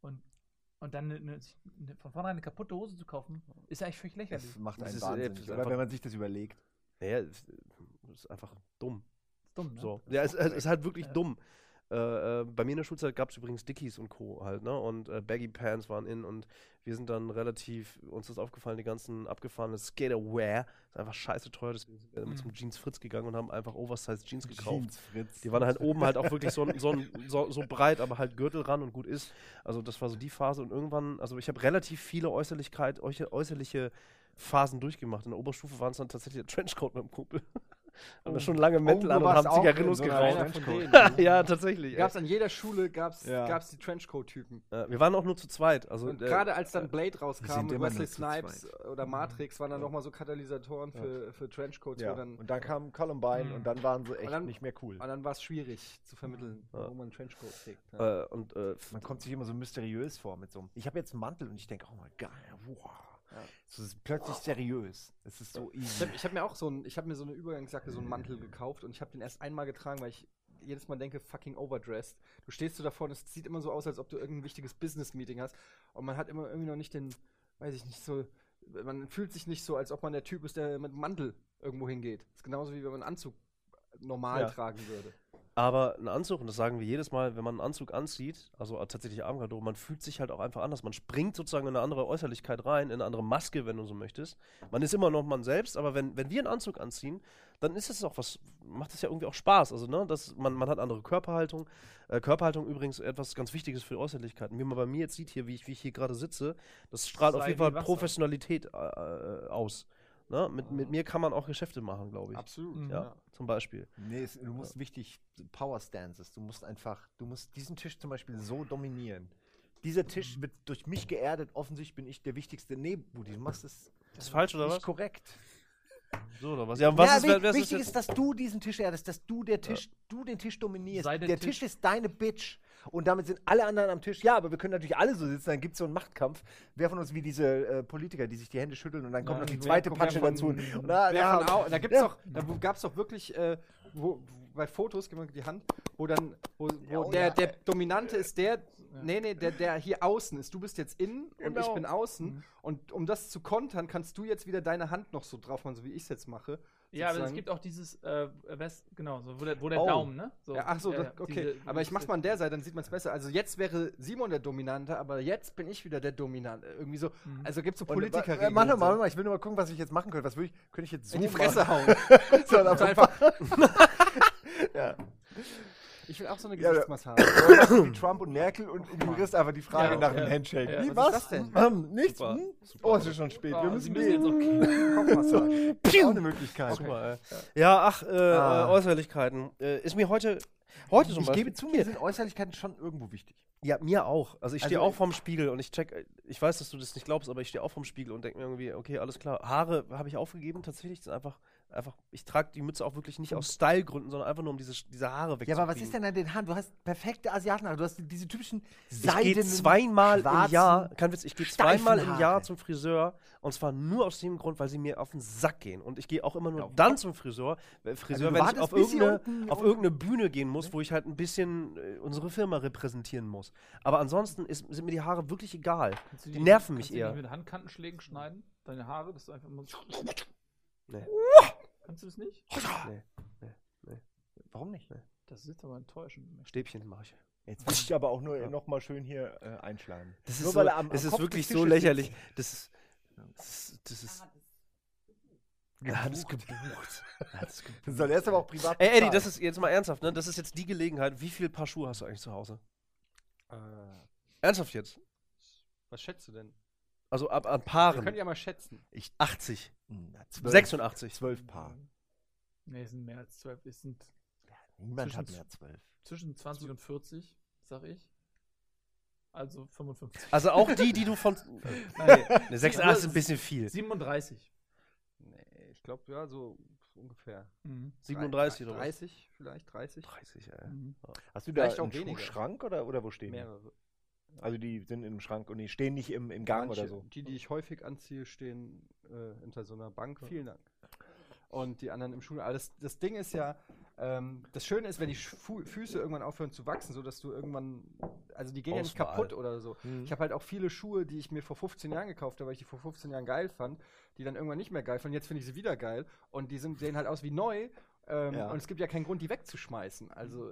B: Und dann von vornherein eine kaputte Hose zu kaufen, ist ja eigentlich völlig lächerlich.
C: Das macht
D: Das
C: einen
D: ist-
C: wahnsinnig,
D: das ist
C: oder?
D: einfach-
C: Wenn man sich das überlegt.
D: Naja, es ist einfach dumm.
B: Ist dumm, ne?
D: So. Ja, es ist halt wirklich
B: Ja.
D: dumm. Bei mir in der Schulzeit gab es übrigens Dickies und Co. halt, ne? Und Baggy Pants waren in und wir sind dann uns ist aufgefallen, die ganzen abgefahrenen Skaterwear ist einfach scheiße teuer, deswegen sind wir dann zum Jeans Fritz gegangen und haben einfach Oversized Jeans gekauft.
C: Jeans, Fritz.
D: Die waren halt oben halt auch wirklich so breit, aber halt Gürtel ran und gut ist. Also das war so die Phase und irgendwann, also ich habe relativ viele äußerliche Phasen durchgemacht. In der Oberstufe waren es dann tatsächlich der Trenchcoat mit dem Kumpel. Haben da schon lange Metal
C: du
D: an und
C: warst
D: haben
C: auch
D: Zigarillos
C: in so einer
D: geraucht.
A: Trenchcoat.
D: Ja, tatsächlich.
A: Gab's an jeder Schule gab's
C: Ja.
A: die Trenchcoat-Typen.
D: Wir waren auch nur zu zweit. Also,
A: Und gerade als dann Blade
C: wir
A: rauskam
C: sind
A: und
C: immer
A: Wesley
C: nur zu
A: Snipes oder Matrix waren dann nochmal so Katalysatoren für Trenchcoats,
C: Ja.
A: wo dann
C: Und dann kam Columbine und dann waren sie echt
A: Und dann-
C: nicht mehr cool.
A: und dann war es schwierig zu vermitteln,
D: Ja.
A: wo man einen Trenchcoat trägt. Ja.
C: Man kommt sich immer so mysteriös vor mit so einem. Ich habe jetzt einen Mantel und ich denke, oh mein Gott, wow.
A: Ja.
C: So, es ist plötzlich seriös. Es ist so easy.
A: Ich habe mir auch so eine Übergangsjacke, so einen Mantel gekauft und ich habe den erst einmal getragen, weil ich jedes Mal denke, fucking overdressed. Du stehst so davor und es sieht immer so aus, als ob du irgendein wichtiges Business-Meeting hast und man hat immer irgendwie noch nicht weiß ich nicht, so, man fühlt sich nicht so, als ob man der Typ ist, der mit einem Mantel irgendwo hingeht. Das ist genauso wie wenn man einen Anzug normal
C: Ja.
A: tragen würde.
D: Aber ein Anzug, und das sagen wir jedes Mal, wenn man einen Anzug anzieht, also tatsächlich Abendgarderobe, man fühlt sich halt auch einfach anders. Man springt sozusagen in eine andere Äußerlichkeit rein, in eine andere Maske, wenn du so möchtest. Man ist immer noch man selbst, aber wenn wir einen Anzug anziehen, dann ist es auch macht es ja irgendwie auch Spaß. Also, ne, man hat andere Körperhaltung. Körperhaltung übrigens etwas ganz Wichtiges für Äußerlichkeiten. Wie man bei mir jetzt sieht, wie ich hier gerade sitze, das strahlt auf
B: Sei
D: jeden
B: wie
D: Fall
B: Wasser.
D: Professionalität aus. Ne? Mit mir kann man auch Geschäfte machen, glaube ich.
A: Absolut.
B: Mhm.
D: Ja, zum Beispiel.
C: Nee, du musst wichtig Power Stances. Du musst diesen Tisch zum Beispiel so dominieren. Dieser Tisch wird durch mich geerdet. Offensichtlich bin ich der wichtigste. Nee, Budi, du machst es
D: Das ist falsch, oder
C: nicht
D: was?
C: korrekt.
D: So, oder was? Ja, und was
C: Ja,
D: ist, wer
C: wichtig
D: jetzt-
C: ist, dass du diesen Tisch erdest, dass du den Tisch dominierst.
B: Sei der
C: Der
B: Tisch.
C: Tisch ist deine Bitch. Und damit sind alle anderen am Tisch. Ja, aber wir können natürlich alle so sitzen, dann gibt es so einen Machtkampf. Wer von uns wie diese Politiker, die sich die Hände schütteln und dann kommt noch die zweite Patsche dazu. Und
A: Da gab es doch wirklich, bei Fotos, gib mal die Hand, wo der Dominante ist der hier außen ist. Du bist jetzt innen und ich
C: Genau.
A: bin außen. Und um das zu kontern, kannst du jetzt wieder deine Hand noch so drauf machen, so wie ich es jetzt mache.
B: Ja, aber es
A: sozusagen.
B: gibt auch dieses, genau, so, wo der
C: Oh.
B: Daumen, ne? So,
A: Ja, ach so, okay.
B: diese-
A: Aber ich mach's mal an der Seite, dann sieht man es besser. Also jetzt wäre Simon der Dominante, aber jetzt bin ich wieder der Dominante. Irgendwie so, also gibt's so Politiker.
C: Warte mal, ich will nur mal gucken, was ich jetzt machen könnte. Was könnte ich jetzt so
A: in die
C: machen?
A: Fresse hauen.
C: So, dann
A: einfach.
C: Ja.
A: Ich will auch so eine
C: Ja,
A: Gesichtsmassage.
C: Oder machst du wie Trump und Merkel und ignorierst einfach die Frage
B: Ja,
C: nach
B: ja.
C: dem Handshake.
B: Ja.
C: Wie,
A: Was
C: was?
A: ist das denn?
C: Nichts?
D: Super,
C: Hm?
D: super.
C: Oh, es ist schon spät.
B: Oh,
C: Wir
B: Sie
C: müssen
B: müssen jetzt
C: gehen.
A: Kopfmassage.
C: Ist auch eine Möglichkeit.
D: Super, ja, Äußerlichkeiten. Ist mir heute zum
C: Ich
D: Beispiel.
C: gebe zu, mir sind Äußerlichkeiten schon irgendwo wichtig.
D: Ja, mir auch. Also ich stehe
C: Also
D: auch vorm Spiegel und ich weiß, dass du das nicht glaubst, aber ich stehe auch vorm Spiegel und denke mir irgendwie, okay, alles klar. Haare habe ich aufgegeben, tatsächlich. Das ist einfach, ich trage die Mütze auch wirklich nicht aus Stylegründen, sondern einfach nur um diese Haare
C: Ja,
D: wegzukriegen.
C: aber was ist denn an den Haaren? Du hast perfekte Asiatenhaare. Du hast diese typischen
D: Ich gehe
C: seidenen,
D: zweimal im
C: schwarzen,
D: Jahr, kein Witz, ich gehe zweimal im
C: steifen
D: Jahr
C: Haare.
D: zum Friseur und zwar nur aus dem Grund, weil sie mir auf den Sack gehen. Und ich gehe auch immer nur
A: Ja,
D: dann zum Friseur,
C: du
D: wenn ich
C: wartest,
D: auf
C: bis sie
D: auf irgendeine Bühne gehen muss, wo ich halt ein bisschen unsere Firma repräsentieren muss. Aber ansonsten sind mir die Haare wirklich egal.
B: Kannst du
D: Die nerven mich
B: kannst du die
D: eher.
B: nicht mit Handkantenschlägen schneiden? Deine Haare, dass du einfach mal.
D: Nee.
B: Kannst du das nicht?
D: Nee.
C: Warum nicht?
B: Das ist aber enttäuschend.
D: Stäbchen mache ich.
C: Jetzt will ich aber auch nur noch mal schön hier einschlagen.
D: Das
C: Nur
D: ist,
C: weil
D: so,
C: er am
D: das ist
C: Kopf
D: wirklich
C: des
D: so
C: Tisches
D: lächerlich.
C: sitzt.
D: Das ist. Er hat es gebucht.
C: Das soll erst aber auch privat
D: Ey, Eddie,
C: bezahlen.
D: das ist jetzt mal ernsthaft, ne? Das ist jetzt die Gelegenheit. Wie viele Paar Schuhe hast du eigentlich zu Hause? Ernsthaft jetzt?
A: Was schätzt du denn?
D: Also an
A: Wir
D: Paaren.
A: können ja mal schätzen.
D: 80.
C: 12,
D: 86.
C: 12 Paar.
B: Nee, es sind mehr als 12. Es sind
C: Niemand hat
B: Zwischen-
C: mehr 12.
B: zwischen 20 und 40, sag ich. Also 55.
D: Also auch die du von.
B: Nein,
D: Ne, 86 ist ein bisschen viel.
B: 37.
A: Nee, ich glaube, ja, so ungefähr.
B: Mhm.
D: 37 oder was?
A: 30, vielleicht 30.
D: 30, ey.
B: Mhm.
C: Hast du da
A: Vielleicht auch
C: einen
A: weniger.
C: Schuhschrank oder wo stehen die?
A: Mehrere.
C: Also die sind im Schrank und die stehen nicht im Gang
A: Manche,
C: oder so.
A: die ich häufig anziehe, stehen hinter so einer Bank. Vielen Dank. Und die anderen im Schuh. Aber das Ding ist ja, das Schöne ist, wenn die Füße irgendwann aufhören zu wachsen, sodass du irgendwann, also die gehen ja nicht
D: Auswahl.
A: kaputt oder so.
D: Mhm.
A: Ich habe halt auch viele Schuhe, die ich mir vor 15 Jahren gekauft habe, weil ich die vor 15 Jahren geil fand, die dann irgendwann nicht mehr geil fanden. Jetzt finde ich sie wieder geil. Und die sehen halt aus wie neu.
C: Ja.
A: Und es gibt ja keinen Grund, die wegzuschmeißen. Also,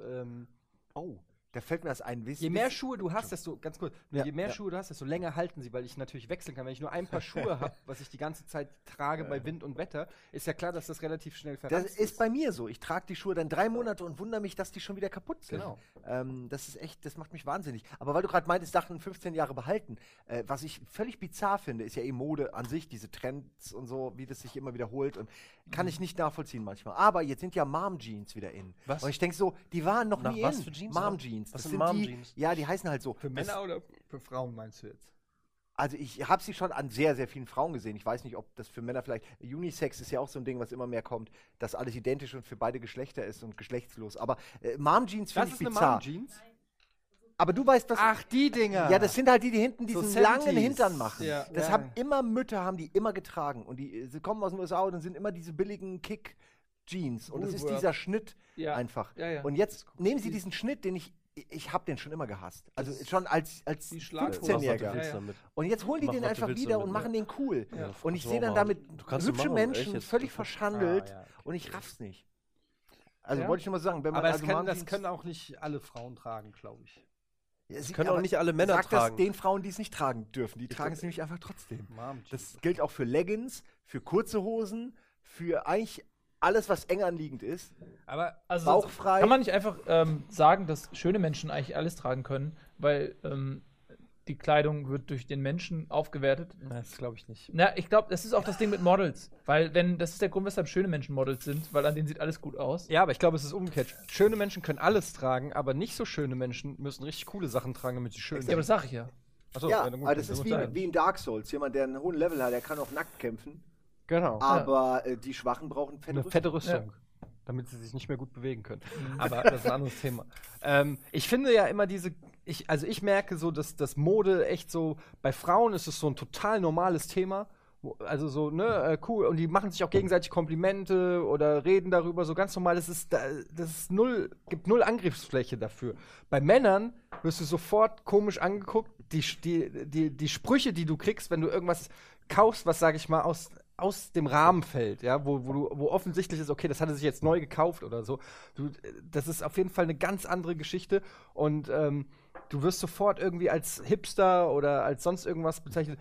C: Oh, da fällt mir das ein.
A: je mehr Schuhe du hast, desto, ganz kurz,
C: Ja,
A: je mehr
C: ja.
A: Schuhe du hast, desto länger halten sie, weil ich natürlich wechseln kann. Wenn ich nur ein Paar Schuhe habe, was ich die ganze Zeit trage bei Wind und Wetter, ist ja klar, dass das relativ schnell
C: Das
A: verranzt
C: ist bei mir so. Ich trage die Schuhe dann 3 Monate und wundere mich, dass die schon wieder kaputt sind.
A: Genau.
C: Das ist echt, das macht mich wahnsinnig. Aber weil du gerade meintest, Sachen 15 Jahre behalten, was ich völlig bizarr finde, ist ja Mode an sich, diese Trends und so, wie das sich immer wiederholt und kann ich nicht nachvollziehen manchmal. Aber jetzt sind ja Mom-Jeans wieder in.
D: Was?
C: Und ich denke so, die waren noch
D: Nach
C: nie
D: was
C: in.
D: für Jeans?
C: Mom-Jeans.
D: Was
C: Das
D: sind
C: sind die,
D: Mom-Jeans?
C: ja, die heißen halt so.
A: Für Männer oder für Frauen meinst du jetzt?
C: Also ich habe sie schon an sehr, sehr vielen Frauen gesehen. Ich weiß nicht, ob das für Männer vielleicht, Unisex ist ja auch so ein Ding, was immer mehr kommt, dass alles identisch und für beide Geschlechter ist und geschlechtslos. Aber Mom-Jeans finde ich bizarr.
A: Mom-Jeans?
C: Aber du weißt, was...
A: Ach, die Dinger!
C: Ja, das sind halt die, die hinten
A: So
C: diesen langen
A: 70s.
C: Hintern machen.
A: Ja.
C: Das
A: Ja.
C: haben immer Mütter, haben die immer getragen. Und sie kommen aus den USA und dann sind immer diese billigen Kick-Jeans. Und das ist
A: Woolworth.
C: dieser Schnitt
B: Ja.
C: einfach.
B: Ja, ja.
C: Und jetzt nehmen sie diesen Schnitt, den ich habe den schon immer gehasst. Also schon als
B: die Schlaghosen.
D: Mach, was du
C: 15-Jähriger.
D: willst
B: Ja.
D: damit.
C: Und jetzt holen die
D: Mach,
C: den
D: was du
C: einfach
D: willst
C: wieder
D: damit,
C: und machen
D: ja.
C: den cool.
B: Ja.
C: Und ich
D: kannst du
C: sehe
D: auch
C: dann
D: machen.
C: damit
D: Du kannst du
C: hübsche
D: machen, echt
C: Menschen
D: jetzt.
C: völlig verschandelt
A: Ah, ja.
C: und ich raff's nicht. Also
B: Ja.
C: wollte ich nur mal sagen, wenn man
A: Aber
C: also
A: das
C: Mom-Jeans-
A: können auch nicht alle Frauen tragen, glaube ich.
C: Ja, sie-
D: können auch
C: aber
D: nicht alle Männer
C: sag
D: tragen.
C: das den Frauen, die es nicht tragen dürfen. Die tragen es nämlich einfach trotzdem.
A: Mom-Jeans.
C: Das gilt auch für Leggings, für kurze Hosen, für eigentlich alles, was eng anliegend ist.
A: Aber
B: Also
C: Bauchfrei.
B: kann man nicht einfach sagen, dass schöne Menschen eigentlich alles tragen können, weil die Kleidung wird durch den Menschen aufgewertet.
A: das glaube ich nicht.
B: Na, ich glaube, das ist auch das Ding mit Models, weil das ist der Grund, weshalb schöne Menschen Models sind, weil an denen sieht alles gut aus.
A: Ja, aber ich glaube, es ist umgekehrt. Schöne Menschen können alles tragen, aber nicht so schöne Menschen müssen richtig coole Sachen tragen, damit sie schön
B: Ja, aber das sage ich ja.
A: Achso,
C: Ja,
A: na gut,
C: aber das
A: muss
C: ist
A: sein.
C: wie in Dark Souls. Jemand, der einen hohen Level hat, der kann auch nackt kämpfen.
A: Genau.
C: Aber die Schwachen brauchen fette
A: Eine
C: Rüstung.
A: fette Rüstung. Damit sie sich nicht mehr gut bewegen können. Aber das ist ein anderes Thema. Ich finde ja immer ich merke so, dass das Mode echt so, bei Frauen ist es so ein total normales Thema. Also so, ne, cool. Und die machen sich auch gegenseitig Komplimente oder reden darüber, so ganz normal. Das ist gibt null Angriffsfläche dafür. Bei Männern wirst du sofort komisch angeguckt. Die Sprüche, die du kriegst, wenn du irgendwas kaufst, was, sag ich mal, aus dem Rahmen fällt, ja, wo offensichtlich ist, okay, das hat er sich jetzt neu gekauft oder so. Das ist auf jeden Fall eine ganz andere Geschichte und du wirst sofort irgendwie als Hipster oder als sonst irgendwas bezeichnet.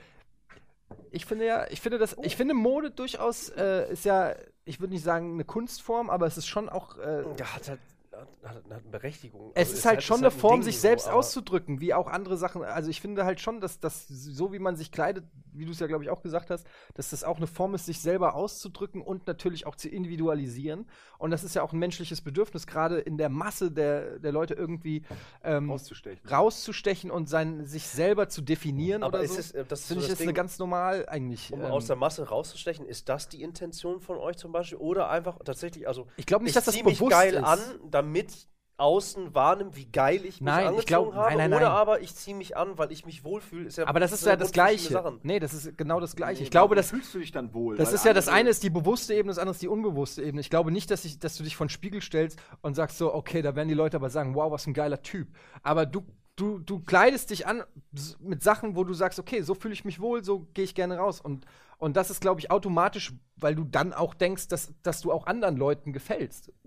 A: Ich finde Mode durchaus ist ja, ich würde nicht sagen eine Kunstform, aber es ist schon auch
D: Ja, hat eine Berechtigung.
A: es
D: Also
A: ist halt schon eine
D: ein
A: Form,
D: Ding
A: sich
D: so,
A: selbst
D: aber-
A: auszudrücken, wie auch andere Sachen. Also ich finde halt schon, dass das, so wie man sich kleidet, wie du es ja, glaube ich, auch gesagt hast, dass das auch eine Form ist, sich selber auszudrücken und natürlich auch zu individualisieren. Und das ist ja auch ein menschliches Bedürfnis, gerade in der Masse der Leute irgendwie rauszustechen und sich selber zu definieren
D: Aber
A: oder
D: ist
A: so.
D: es, das
A: Finde ich,
D: das
A: ist eine ganz normal eigentlich.
D: um aus der Masse rauszustechen, ist das die Intention von euch zum Beispiel? Oder einfach tatsächlich, also
A: Ich glaube nicht, dass das
D: zieh mich
A: bewusst
D: geil
A: ist.
D: an, damit außen wahrnimmt, wie geil ich mich
A: Nein, ich
D: angezogen
A: glaub-
D: habe,
A: nein,
D: oder
A: nein.
D: aber ich ziehe mich an, weil ich mich wohlfühle. Ist ja
A: Aber das ist
D: sind
A: ja das
D: unterschiedliche
A: Gleiche.
D: Sachen.
A: Nee, das ist genau das Gleiche.
C: Nee,
A: Ich glaube,
C: warum
A: dass
C: fühlst du dich dann wohl?
A: das
C: Weil
A: ist ja das
C: andere-
A: eine ist die bewusste Ebene, das andere ist die unbewusste Ebene. Ich glaube nicht, dass du dich vor den Spiegel stellst und sagst so, okay, da werden die Leute aber sagen, wow, was ein geiler Typ. Aber du kleidest dich an mit Sachen, wo du sagst, okay, so fühle ich mich wohl, so gehe ich gerne raus. Und das ist, glaube ich, automatisch, weil du dann auch denkst, dass du auch anderen Leuten gefällst.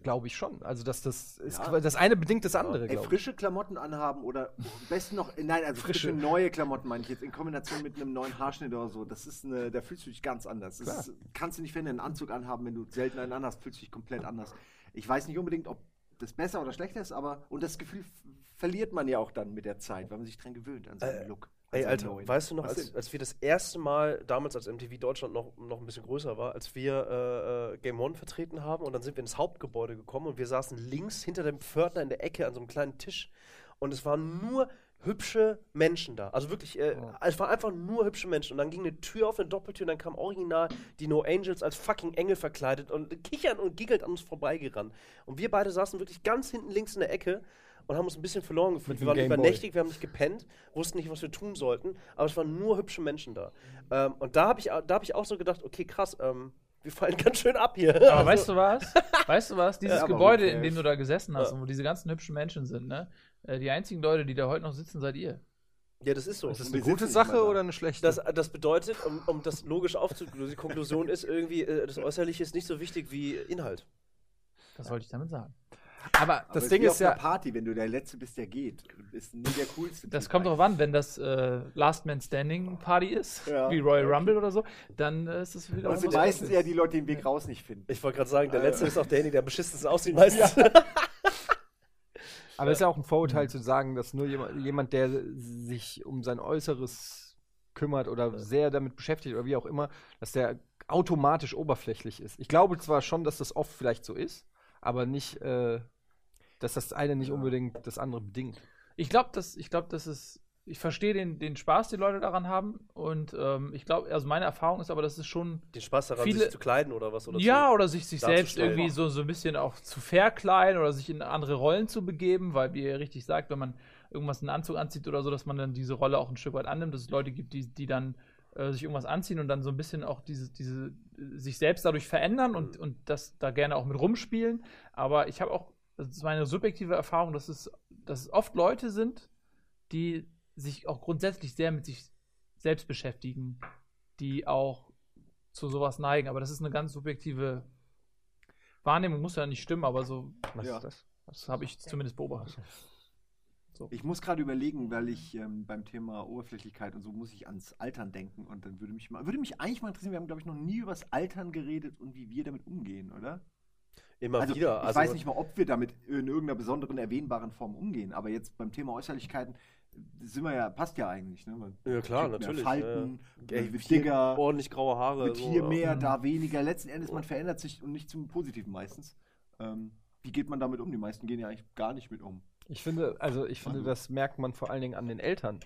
A: glaube ich schon. Also, dass das ist
C: Ja.
A: das eine bedingt das andere,
C: Ey,
A: glaube ich.
C: frische Klamotten anhaben oder am besten noch, nein, also frische neue Klamotten meine ich jetzt, in Kombination mit einem neuen Haarschnitt oder so, das ist da fühlst du dich ganz anders. Das kannst du nicht, wenn du einen Anzug anhaben, wenn du selten einen anhast, fühlst du dich komplett anders. Ich weiß nicht unbedingt, ob das besser oder schlechter ist, und das Gefühl verliert man ja auch dann mit der Zeit, weil man sich dran gewöhnt, an seinen Look.
D: Ey, Alter, weißt du noch, als wir das erste Mal, damals als MTV Deutschland noch ein bisschen größer war, als wir Game One vertreten haben und dann sind wir ins Hauptgebäude gekommen und wir saßen links hinter dem Pförtner in der Ecke an so einem kleinen Tisch und es waren nur hübsche Menschen da. Also wirklich, es waren einfach nur hübsche Menschen und dann ging eine Tür auf, eine Doppeltür und dann kam original die No Angels als fucking Engel verkleidet und kichern und giggelt an uns vorbeigerannt. Und wir beide saßen wirklich ganz hinten links in der Ecke und haben uns ein bisschen verloren gefühlt. Wir waren übernächtig, wir haben nicht gepennt, wussten nicht, was wir tun sollten, aber es waren nur hübsche Menschen da. Und da hab ich auch so gedacht, okay, krass, wir fallen ganz schön ab hier.
B: Aber weißt du was? Weißt du was? Dieses Gebäude, in dem du da gesessen hast und wo diese ganzen hübschen Menschen sind, ne? Die einzigen Leute, die da heute noch sitzen, seid ihr.
D: Ja, das ist so.
A: Ist das eine gute Sache oder eine schlechte?
D: Das bedeutet, um das logisch aufzulösen, die Konklusion ist irgendwie, das Äußerliche ist nicht so wichtig wie Inhalt.
B: Das wollte ich damit sagen.
A: Aber das Ding ist
C: ja.
A: ja.
C: Party, wenn du der Letzte bist, der geht. Ist nie der coolste.
B: Das kommt drauf an, wenn das Last Man Standing Party ist, wie Royal Rumble oder so, dann ist es wieder.
C: Das sind meistens eher die Leute, die den Weg raus nicht finden.
D: Ich wollte gerade sagen, der Letzte ist auch derjenige, der beschissensten aussieht meistens. Ja.
A: Aber es ist ja auch ein Vorurteil zu sagen, dass nur jemand, der sich um sein Äußeres kümmert oder sehr damit beschäftigt oder wie auch immer, dass der automatisch oberflächlich ist. Ich glaube zwar schon, dass das oft vielleicht so ist, aber nicht, dass das eine nicht unbedingt das andere bedingt.
B: Ich verstehe den Spaß, den Leute daran haben. Und ich glaube, also meine Erfahrung ist aber, dass es schon.
D: Den Spaß daran, sich zu kleiden oder was? Oder
B: oder sich selbst irgendwie so ein bisschen auch zu verkleiden oder sich in andere Rollen zu begeben, weil, wie ihr richtig sagt, wenn man irgendwas in einen Anzug anzieht oder so, dass man dann diese Rolle auch ein Stück weit annimmt, dass es Leute gibt, die dann sich irgendwas anziehen und dann so ein bisschen auch diese sich selbst dadurch verändern und das da gerne auch mit rumspielen. Aber ich habe auch, das ist meine subjektive Erfahrung, dass es oft Leute sind, die sich auch grundsätzlich sehr mit sich selbst beschäftigen, die auch zu sowas neigen. Aber das ist eine ganz subjektive Wahrnehmung, muss ja nicht stimmen, aber so, das habe ich zumindest beobachtet. So.
C: Ich muss gerade überlegen, weil ich beim Thema Oberflächlichkeit und so muss ich ans Altern denken und dann würde mich eigentlich mal interessieren, wir haben, glaube ich, noch nie über das Altern geredet und wie wir damit umgehen, oder?
D: Immer wieder.
C: Ich weiß nicht mal, ob wir damit in irgendeiner besonderen, erwähnbaren Form umgehen, aber jetzt beim Thema Äußerlichkeiten passt ja eigentlich, ne?
D: Ja klar, natürlich.
C: Falten,
D: wird
C: dicker,
D: ordentlich graue Haare.
C: wird hier mehr, da weniger. Letzten Endes, man verändert sich und nicht zum Positiven meistens. Wie geht man damit um? Die meisten gehen ja eigentlich gar nicht mit um.
A: Ich finde, das merkt man vor allen Dingen an den Eltern.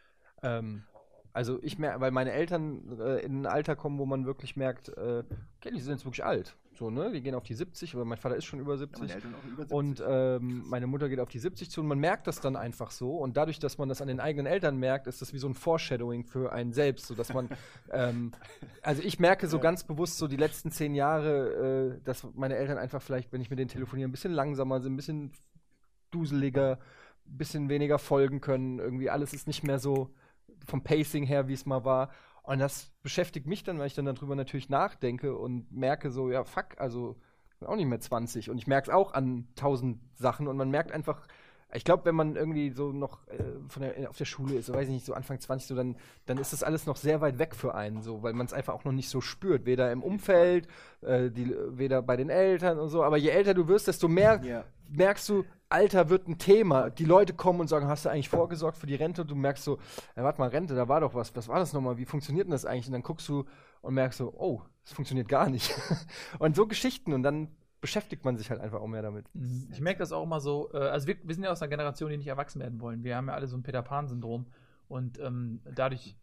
A: Also ich merke, weil meine Eltern in ein Alter kommen, wo man wirklich merkt, okay, die sind jetzt wirklich alt. So, ne? Die gehen auf die 70, aber mein Vater ist schon über 70.
C: Ja, meine Eltern auch über 70.
A: Und meine Mutter geht auf die 70 zu und man merkt das dann einfach so. Und dadurch, dass man das an den eigenen Eltern merkt, ist das wie so ein Foreshadowing für einen selbst, sodass man, also ich merke so ganz bewusst so die letzten 10 Jahre, dass meine Eltern einfach vielleicht, wenn ich mit denen telefoniere, ein bisschen langsamer sind, ein bisschen duseliger, ein bisschen weniger folgen können. Irgendwie alles ist nicht mehr so vom Pacing her, wie es mal war. Und das beschäftigt mich dann, weil ich dann darüber natürlich nachdenke und merke so, ja, fuck, also ich bin auch nicht mehr 20. Und ich merke es auch an 1000 Sachen. Und man merkt einfach, ich glaube, wenn man irgendwie so noch auf der Schule ist, so weiß ich nicht, so Anfang 20, so, dann ist das alles noch sehr weit weg für einen, so, weil man es einfach auch noch nicht so spürt. Weder im Umfeld, weder bei den Eltern und so. Aber je älter du wirst, desto mehr merkst du, Alter wird ein Thema. Die Leute kommen und sagen, hast du eigentlich vorgesorgt für die Rente? Und du merkst so, warte mal, Rente, da war doch was. Was war das nochmal? Wie funktioniert denn das eigentlich? Und dann guckst du und merkst so, oh, das funktioniert gar nicht. Und so Geschichten. Und dann beschäftigt man sich halt einfach auch mehr damit.
B: Ich merke das auch immer so, also wir sind ja aus einer Generation, die nicht erwachsen werden wollen. Wir haben ja alle so ein Peter-Pan-Syndrom. Und dadurch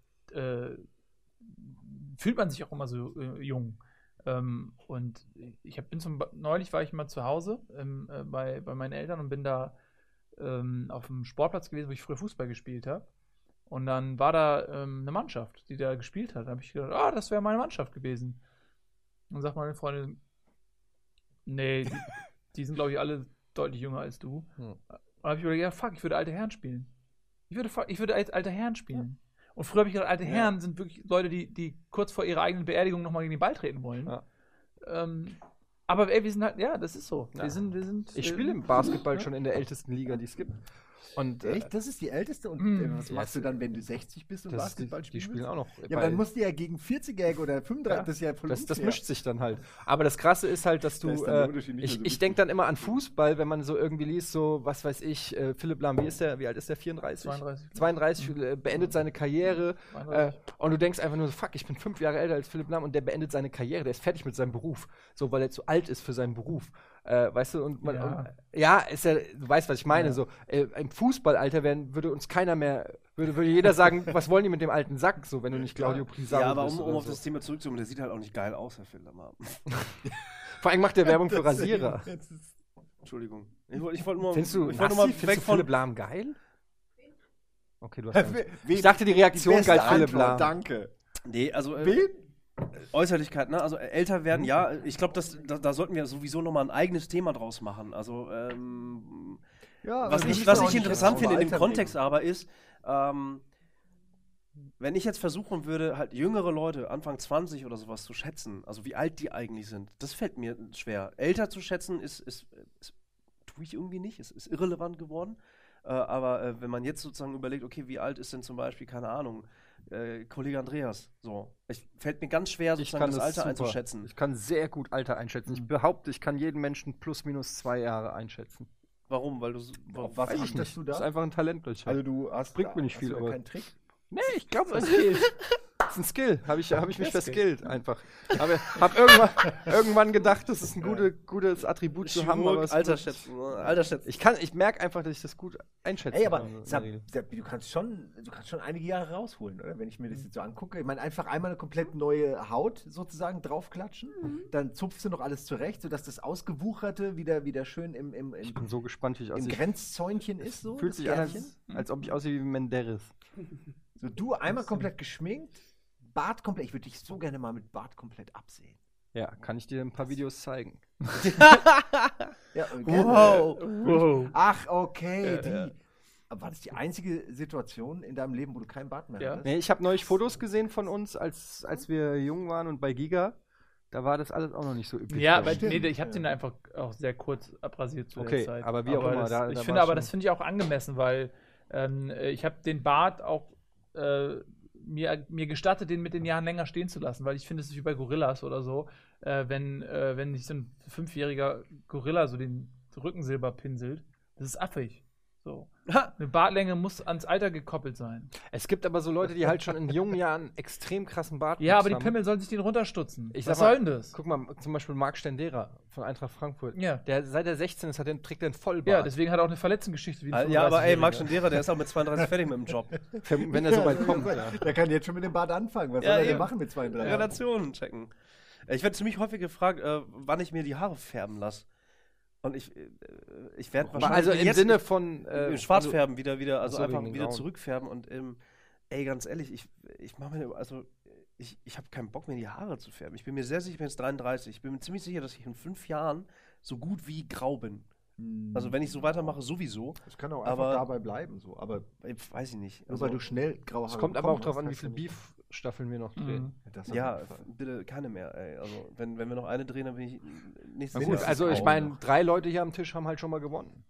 B: fühlt man sich auch immer so jung. Und neulich war ich mal zu Hause bei meinen Eltern und bin da auf dem Sportplatz gewesen, wo ich früher Fußball gespielt habe. Und dann war da eine Mannschaft, die da gespielt hat. Da habe ich gedacht, das wäre meine Mannschaft gewesen. Und dann sagt meine Freundin, nee, die sind, glaube ich, alle deutlich jünger als du. Und dann habe ich überlegt, ich würde alte Herren spielen. Ich würde als alte Herren spielen. Und früher habe ich gedacht, alte Herren sind wirklich Leute, die kurz vor ihrer eigenen Beerdigung nochmal gegen den Ball treten wollen. Ja. Aber ey, wir sind halt, ja, das ist so.
A: Ja.
B: Wir sind.
A: Ich spiele im Basketball schon in der ältesten Liga, die es gibt. Und
F: Echt? Das ist die älteste? Und was machst du dann, wenn du 60 bist und Basketball
A: die
F: spielst?
A: spielen auch noch.
F: Ja, aber dann musst du ja gegen 40-Jährige oder 35,
A: Ja,
F: das ist ja voll
A: das
F: unfair.
A: mischt sich dann halt. Aber das Krasse ist halt, dass
C: Da
A: du.
C: ist dann der Unterschied nicht mehr so
A: Ich
C: wichtig.
A: denke dann immer an Fußball, wenn man so irgendwie liest, so, was weiß ich, Philipp Lahm, wie alt ist der? 34? 32, beendet seine Karriere.
B: 32.
A: Und du denkst einfach nur so, fuck, ich bin 5 Jahre älter als Philipp Lahm und der beendet seine Karriere, der ist fertig mit seinem Beruf. So, weil er zu alt ist für seinen Beruf. Weißt du, und man.
B: Ja.
A: Ist ja, du weißt, was ich meine. So, im Fußballalter würde uns keiner mehr. Würde jeder sagen, was wollen die mit dem alten Sack, so, wenn du nicht Claudio Pizarro
D: Ja, aber
A: bist.
D: um
A: oder
D: auf
A: so.
D: das Thema zurückzukommen, der sieht halt auch nicht geil aus, Herr Fildermann.
A: Vor allem macht der Werbung für Rasierer.
D: Entschuldigung. Ich wollte nur,
A: Findest du
D: ich wollte nur mal
A: findest
D: weg
A: du
D: von
A: Philipp Lahm geil? Okay, du hast recht.
C: Wen-
A: Ich dachte, die Reaktion
C: beste
A: galt Philipp
C: Antwort,
A: Lahm.
C: Danke.
D: Nee, also
C: Wen?
D: Äußerlichkeit, ne? Also älter werden, ja. Ich glaube, da sollten wir sowieso nochmal ein eigenes Thema draus machen. Also,
F: Ja,
D: was
F: wir
D: ich
F: müssen auch nicht
D: interessant
F: über
D: finde in dem
F: Alter
D: Kontext
F: reden.
D: aber ist, wenn ich jetzt versuchen würde, halt jüngere Leute, Anfang 20 oder sowas zu schätzen, also wie alt die eigentlich sind, das fällt mir schwer. Älter zu schätzen tue ich irgendwie nicht, ist irrelevant geworden. Aber wenn man jetzt sozusagen überlegt, okay, wie alt ist denn zum Beispiel, keine Ahnung, Kollege Andreas, so. Fällt mir ganz schwer, sozusagen das Alter
A: super.
D: einzuschätzen.
A: Ich kann sehr gut Alter einschätzen. Ich behaupte, ich kann jeden Menschen plus minus 2 Jahre einschätzen.
D: Warum? Weil du.
F: Auf was
A: Weiß ich
F: achtest
A: nicht.
F: du
A: Das ist
F: da?
A: einfach ein Talent. Das ich
C: Also
A: hab.
C: du hast
A: Bringt mir nicht
F: Hast
A: viel,
F: du da
A: aber.
F: keinen Trick?
A: Nee, ich glaube, das ist ein Skill. Habe ich mich verskillt einfach. Hab irgendwann gedacht, das ist ein gutes Attribut zu haben. Aber
D: Alter schätzen. Alter schätzen.
A: ich merke einfach, dass ich das gut einschätze.
F: Ey, aber Seppi, du kannst schon einige Jahre rausholen, oder? Wenn ich mir das jetzt so angucke. Ich meine, einfach einmal eine komplett neue Haut sozusagen draufklatschen, dann zupfst du noch alles zurecht, sodass das Ausgewucherte wieder schön
A: ich bin so gespannt, wie ich
F: im
A: aussehe.
F: Grenzzäunchen ist. So,
A: Fühlt
F: das
A: sich an,
F: Gärtchen.
A: als ob ich aussehe wie Menderes.
F: So, du einmal komplett geschminkt, Bart komplett. Ich würde dich so gerne mal mit Bart komplett absehen.
A: Ja, kann ich dir ein paar Videos zeigen.
F: Ja,
B: Wow.
F: Ach, okay, Aber war das die einzige Situation in deinem Leben, wo du keinen Bart mehr
B: Ja.
F: hattest?
A: Nee, ich habe neulich Fotos gesehen von uns, als wir jung waren und bei Giga. Da war das alles auch noch nicht so üblich.
B: Ja,
A: glaube
B: aber
A: ich.
B: nee, ich habe den einfach auch sehr kurz abrasiert zu
A: Okay,
B: der Zeit.
A: aber wie auch immer, da
B: Ich
A: war
B: finde aber,
A: schon-
B: das finde ich auch angemessen, weil ich habe den Bart auch mir gestattet, den mit den Jahren länger stehen zu lassen, weil ich finde, es ist wie bei Gorillas oder so, wenn sich so ein 5-jähriger Gorilla so den Rücken silber pinselt, das ist affig. So. Eine Bartlänge muss ans Alter gekoppelt sein.
A: Es gibt aber so Leute, die halt schon in jungen Jahren extrem krassen Bart
B: Ja, aber die
A: haben.
B: Pimmel sollen sich den runterstutzen.
A: Ich
B: Was
A: sag mal,
B: soll denn das?
A: Guck mal, zum Beispiel Marc Stendera von Eintracht Frankfurt.
B: Ja.
A: Der seit er 16 ist, trägt er einen Vollbart.
B: Ja, deswegen hat er auch eine Verletzungsgeschichte. Wie ein
D: Ja, aber ey,
B: 35-Jähriger.
D: Max Stendera, der ist auch mit 32 fertig mit dem Job.
A: Wenn er so weit kommt. Ja.
F: Der kann jetzt schon mit dem Bart anfangen. Was
D: Ja,
F: soll er denn
D: eben.
F: machen mit 32?
D: Relationen checken. Ich werde ziemlich häufig gefragt, wann ich mir die Haare färben lasse. Und ich werde wahrscheinlich
A: Also im
D: jetzt
A: Sinne von
D: Schwarzfärben wieder, also
A: so,
D: einfach
A: wegen den
D: wieder
A: Grauen.
D: zurückfärben. Und ey, ganz ehrlich, ich mache mir, also ich habe keinen Bock mehr, die Haare zu färben. Ich bin mir sehr sicher, ich bin jetzt 33. Ich bin mir ziemlich sicher, dass ich in 5 Jahren so gut wie grau bin. Also wenn ich so weitermache, sowieso.
F: Das kann auch
D: Aber-
F: einfach dabei bleiben. So. Aber
D: Weiß ich nicht.
F: nur weil du schnell graue Haare
A: Es kommt aber auch
F: bekommen
A: drauf an, wie
F: hast,
A: viele
F: heißt ja nicht-
A: Beef-Staffeln wir noch drehen.
F: Das auf
D: Ja,
F: jeden Fall.
D: bitte keine mehr, ey. Also wenn wir noch eine drehen, dann bin ich nächstes
A: Na
D: Jahr.
A: gut, also ich meine, 3 Leute hier am Tisch haben halt schon mal gewonnen.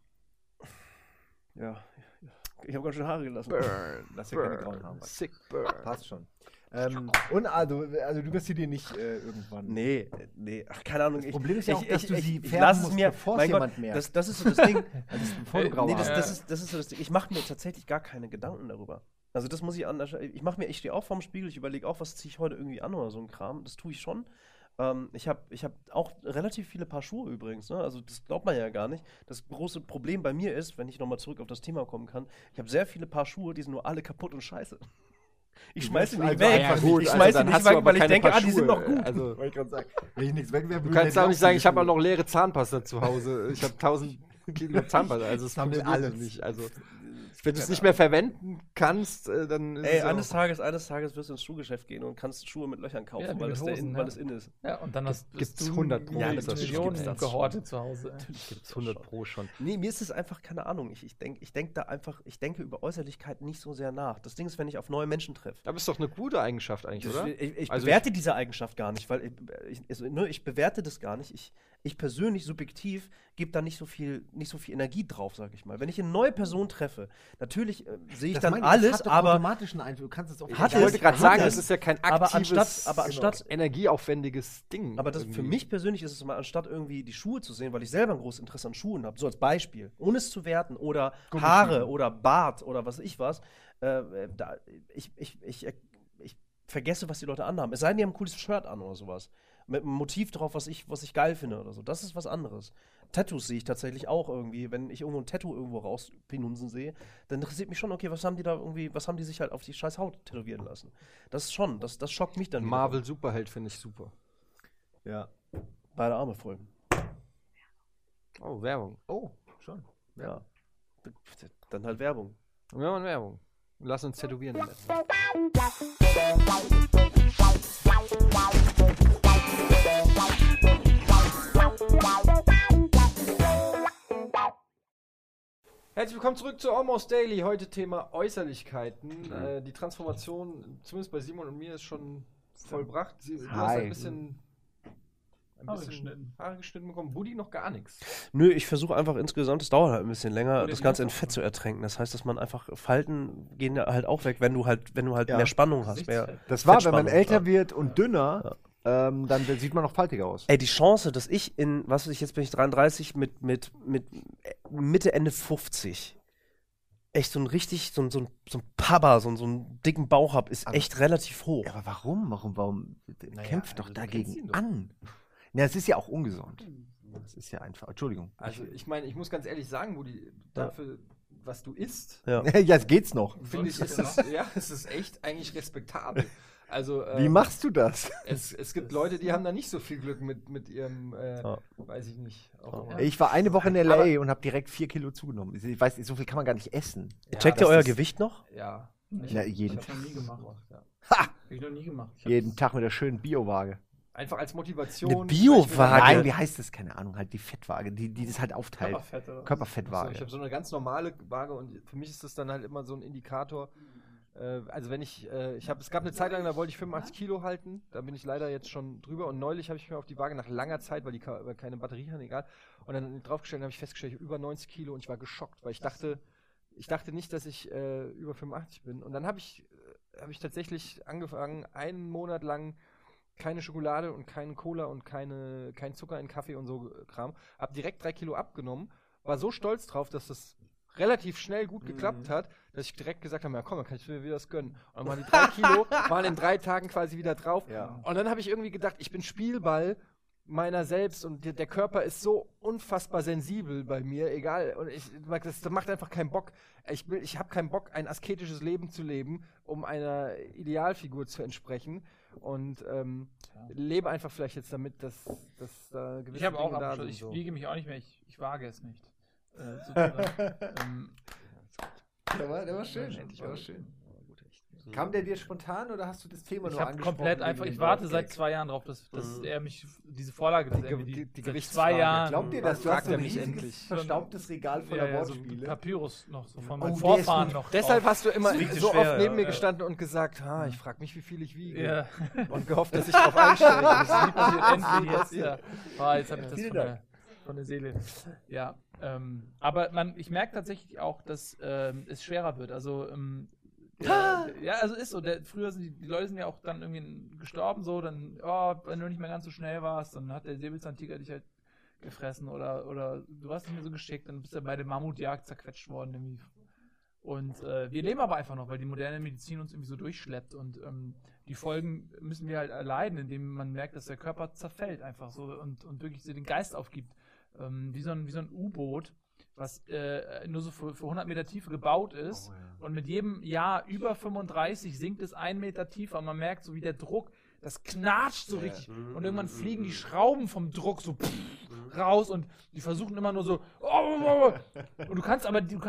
D: Ja. Ich habe ganz schön Haare gelassen.
F: Lass ja keine grauen Haare.
A: Sick burn.
F: Passt schon. Und also du wirst sie dir nicht irgendwann.
D: Nee, ach, keine Ahnung.
F: Das Problem ist ja auch, dass du sie
D: ich
F: färben
D: lass es
F: musst,
D: mir,
F: bevor es
D: mein Gott,
F: jemand merkt.
D: das ist so das Ding.
F: Bevor du graue
D: Nee,
F: Haare
D: das ist so das Ding. Ich mache mir tatsächlich gar keine Gedanken darüber. Also das muss ich anders. Ich stehe auch vorm Spiegel, ich überlege auch, was ziehe ich heute irgendwie an oder so ein Kram. Das tue ich schon. Ich hab auch relativ viele Paar Schuhe übrigens. Ne? Also das glaubt man ja gar nicht. Das große Problem bei mir ist, wenn ich nochmal zurück auf das Thema kommen kann, ich habe sehr viele Paar Schuhe, die sind nur alle kaputt und scheiße. Ich schmeiß die nicht
F: also
D: weg.
F: einfach nicht.
D: Ich schmeiß die nicht weg, weil ich denke, die sind noch
A: Schuhe.
D: gut.
A: Also,
F: Wollte ich gerade sagen. Wenn ich nichts wegwerfen
A: du kannst auch nicht sagen, ich habe auch noch leere Zahnpasta zu Hause. Ich habe 1000 Kilo Zahnpasta. Also das
F: haben wir
A: funktioniert
F: alles.
A: nicht. Also
C: Wenn du es nicht mehr verwenden kannst, dann ist
D: Ey,
C: es
D: eines Tages wirst du ins Schuhgeschäft gehen und kannst Schuhe mit Löchern kaufen,
B: Ja,
D: weil,
B: mit
D: es
B: Hosen,
D: weil es in ist.
B: Ja, und dann
A: Gibt's
B: du
A: 100 Pro,
B: ja,
A: das
B: das
A: gibt's
B: Millionen
A: das
B: gehortet zu Hause.
A: Gibt's 100 Pro schon.
D: Nee, mir ist es einfach, keine Ahnung, ich denke über Äußerlichkeiten nicht so sehr nach. Das Ding ist, wenn ich auf neue Menschen treffe.
A: Aber ist doch eine gute Eigenschaft eigentlich, oder?
D: Ich
A: Also
D: bewerte diese Eigenschaft gar nicht, weil ich bewerte das gar nicht. Ich persönlich, subjektiv, gebe da nicht so viel Energie drauf, sag ich mal. Wenn ich eine neue Person treffe, natürlich sehe ich dann alles, aber
F: automatischen Einfluss. Du kannst es auch
A: Ich wollte gerade sagen, das ist ja kein
D: aber
A: aktives,
D: anstatt
A: energieaufwendiges Ding.
D: Aber das,
A: irgendwie.
D: für mich persönlich ist es mal, anstatt irgendwie die Schuhe zu sehen, weil ich selber ein großes Interesse an Schuhen habe, so als Beispiel, ohne es zu werten, oder Haare oder Bart oder was ich was, ich vergesse, was die Leute anhaben. Es sei denn, die haben ein cooles Shirt an oder sowas. Mit einem Motiv drauf, was ich geil finde oder so. Das ist was anderes. Tattoos sehe ich tatsächlich auch irgendwie. Wenn ich irgendwo ein Tattoo irgendwo rauspinunsen sehe, dann interessiert mich schon, okay, was haben die sich halt auf die scheiß Haut tätowieren lassen? Das ist schon, das schockt mich dann wieder.
A: Marvel Superheld finde ich super.
F: Ja.
D: Beide Arme voll.
A: Oh, Werbung.
F: Oh, schon.
D: Ja. Dann halt Werbung.
A: Wir machen Werbung. Lass uns tätowieren. Herzlich willkommen zurück zu Almost Daily. Heute Thema Äußerlichkeiten. Die Transformation, zumindest bei Simon und mir, ist schon vollbracht. Du hast ein bisschen Haare geschnitten bekommen. Buddy noch gar nichts.
D: Nö, ich versuche einfach insgesamt, es dauert halt ein bisschen länger, das Ganze in Fett zu ertränken. Das heißt, dass man einfach, Falten gehen ja halt auch weg, wenn du halt mehr Spannung hast.
C: Das war, wenn man
D: Fettspannung,
C: älter wird und dünner, dann sieht man noch faltiger aus.
D: Ey, die Chance, dass ich jetzt bin ich 33, mit Mitte, Ende 50 echt so ein Papa, so einen dicken Bauch hab, ist echt relativ hoch.
C: Ja, aber warum kämpft doch
A: also du kennst ihn
C: dagegen
A: doch.
C: an? Ja, es ist ja auch ungesund. Das ist ja einfach, Entschuldigung.
A: Also ich meine, ich muss ganz ehrlich sagen, Buddy, dafür, was du isst,
D: Ja.
C: Jetzt geht's noch.
A: finde ich, es ist echt eigentlich respektabel. Also,
C: Wie machst du das?
A: es gibt Leute, die haben da nicht so viel Glück mit ihrem, weiß ich nicht. Auch immer.
C: Ich war eine Woche in L.A.
A: Aber-
C: und habe direkt 4 Kilo zugenommen. Ich weiß, so viel kann man gar nicht essen.
A: Ja,
D: Checkt ihr
A: das
D: euer
A: ist-
D: Gewicht noch?
A: Ja.
C: Ja, jeden,
B: Ich hab noch nie gemacht.
A: Ja.
B: Hab ich noch nie gemacht. Ich
C: jeden Tag mit der schönen Biowaage.
A: Einfach als Motivation.
D: Eine Biowaage?
C: Nein, wie heißt das? Keine Ahnung, halt die Fettwaage, die das halt aufteilt.
B: Körperfett oder?
A: So,
C: Körperfettwaage.
A: ich habe so eine ganz normale Waage und für mich ist das dann halt immer so ein Indikator. Also wenn es gab eine Zeit lang, da wollte ich 85 Kilo halten, da bin ich leider jetzt schon drüber und neulich habe ich mir auf die Waage nach langer Zeit, weil weil keine Batterie hatten, egal, und dann draufgestellt habe ich festgestellt, ich habe über 90 Kilo und ich war geschockt, weil ich dachte nicht, dass ich über 85 bin und dann habe ich tatsächlich angefangen, einen Monat lang keine Schokolade und keine Cola und kein Zucker in Kaffee und so Kram. Hab direkt 3 Kilo abgenommen. War so stolz drauf, dass das relativ schnell gut geklappt hat, dass ich direkt gesagt habe, ja komm, dann kann ich mir wieder das gönnen. Und dann waren die 3 Kilo, waren in 3 Tagen quasi wieder drauf.
C: Ja.
A: Und dann habe ich irgendwie gedacht, ich bin Spielball meiner selbst und der Körper ist so unfassbar sensibel bei mir, egal. Und das macht einfach keinen Bock. Ich habe keinen Bock, ein asketisches Leben zu leben, um einer Idealfigur zu entsprechen. Und lebe einfach vielleicht jetzt damit, dass da gewisse
B: Ich habe auch
A: Dinge da
B: abgeschlossen.
A: sind.
B: Ich wiege mich auch nicht mehr. Ich wage es nicht. Sozusagen.
F: Der war schön. Der war schön. Kam der dir spontan oder hast du das Thema
B: Ich
F: nur
B: habe
F: angesprochen?
B: komplett
F: wegen
B: einfach,
F: dem
B: ich warte
F: Wortgag?
B: seit 2 Jahren drauf, dass er mich, diese Vorlage, dass er mir
A: die
B: seit
A: Gewichtsfrage.
B: 2 Jahren.
F: Glaubt ihr das? Du
A: Fragt
F: hast so
A: er
F: ein
A: mich
F: riesiges,
A: endlich.
F: verstaubtes Regal voller
B: Ja, so ein
F: Wortspiele.
B: Papyrus noch, so von
F: Oh,
B: meinen
F: der
B: Vorfahren
F: ist
B: noch.
A: Deshalb
B: drauf.
A: hast du immer
D: Das wiegt
A: so
D: schwer,
A: oft neben
D: ja.
A: mir gestanden und gesagt, ich frage mich, wie viel ich wiege.
B: Ja.
A: Und gehofft, dass ich darauf einstelle.
B: Das ist nie passiert, endlich jetzt. Ja. Jetzt habe ich das
F: Vielen
B: von der Seele. Ja, aber ich merke tatsächlich auch, dass es schwerer wird. Also, ja, also ist so. Früher sind die Leute sind ja auch dann irgendwie gestorben, so, dann, wenn du nicht mehr ganz so schnell warst, dann hat der Säbelzahntiger dich halt gefressen oder du warst nicht mehr so geschickt, dann bist du bei der Mammutjagd zerquetscht worden irgendwie. Und wir leben aber einfach noch, weil die moderne Medizin uns irgendwie so durchschleppt und die Folgen müssen wir halt erleiden, indem man merkt, dass der Körper zerfällt einfach so und wirklich so den Geist aufgibt. Wie so ein U-Boot, was nur so für 100 Meter Tiefe gebaut ist und mit jedem Jahr über 35 sinkt es 1 Meter tiefer und man merkt so, wie der Druck, das knatscht so richtig und irgendwann fliegen die Schrauben vom Druck so raus und die versuchen immer nur so. Und du kannst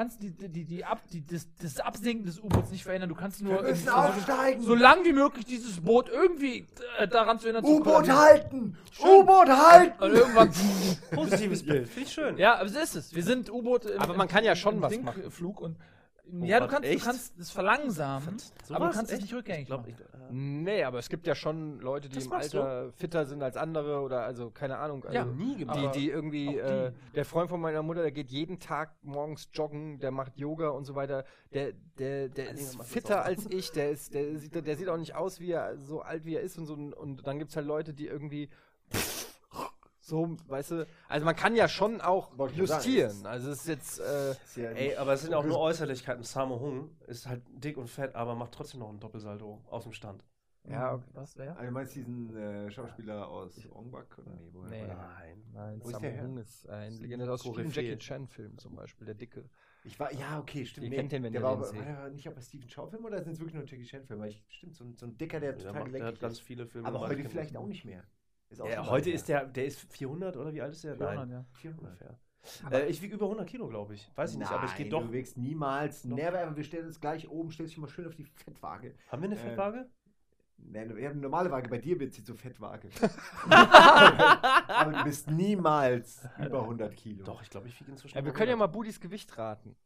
B: das Absinken des U-Boots nicht verändern. Du kannst nur
F: müssen aufsteigen.
B: so lang wie möglich dieses Boot irgendwie daran zu ändern.
F: U-Boot halten! U-Boot halten!
B: Und irgendwann.
D: Positives Bild. Finde ich schön.
B: Ja, aber so ist es. Wir sind U-Boot
A: Aber man kann ja schon was machen.
B: Sinkflug und
D: Oh,
B: ja,
D: was,
B: du
D: echt?
B: kannst es verlangsamen, aber du kannst es
D: Echt?
B: nicht rückgängig machen.
A: Nee, aber es gibt ja schon Leute, die
D: Das
A: im
D: machst
A: Alter fitter sind als andere oder also keine Ahnung. Also
B: Ja,
D: nie gemacht.
A: die irgendwie,
B: auch
A: der Freund von meiner Mutter, der geht jeden Tag morgens joggen, der macht Yoga und so weiter. Der ist
D: macht das
A: fitter
D: auch.
A: als ich, der sieht auch nicht aus, wie er so alt wie er ist und dann gibt es halt Leute, die irgendwie so, weißt du, also man kann ja schon auch
C: Wollte ich ja sagen,
A: justieren. Also es ist jetzt,
D: Ey, aber es sind auch nur Äußerlichkeiten. Sammo Hung ist halt dick und fett, aber macht trotzdem noch einen Doppelsalto aus dem Stand.
A: ja, okay.
B: Was wäre?
F: Also, du meinst diesen Schauspieler aus Ong-Bak? Oder nee, woher?
A: Nee. Nein,
F: Wo ist
A: Sammo
F: der her?
A: Hung ist ein Legende aus
D: Koryphäe.
A: jedem Jackie Chan-Film zum Beispiel, der Dicke.
C: Ja, okay, stimmt.
A: Ihr kennt den, wenn
C: der
A: ihr
C: war,
A: den
C: war
A: seht.
C: der nicht auch bei Stephen Chow-Film oder sind es wirklich nur Jackie Chan-Filme? Stimmt, so ein Dicker, der
D: Der,
C: total
D: der hat
C: gelenkig
D: ganz
C: ist.
D: viele Filme
C: Aber
D: gemacht,
C: heute
D: kennt
C: vielleicht
D: man.
C: auch nicht mehr. Ist auch
D: Ja,
C: schon
D: heute
C: lange
D: ist
C: her.
D: der ist 400 oder wie alt ist der?
B: 400, ja.
C: 400.
D: Ungefähr. Ich wiege über 100 Kilo, glaube ich. Weiß ich nicht, aber ich gehe
C: Nein,
D: doch.
C: Du wächst niemals. Never ever. Wir stellen uns gleich oben, stellst dich mal schön auf die Fettwaage.
D: Haben wir eine Fettwaage?
C: Nein, wir haben eine normale Waage. Bei dir wird sie zur Fettwaage. Aber du bist niemals über 100 Kilo.
D: Doch, ich glaube, ich wiege inzwischen.
A: Ja, wir
D: über
A: können ja
D: 100.
A: mal Budis Gewicht raten.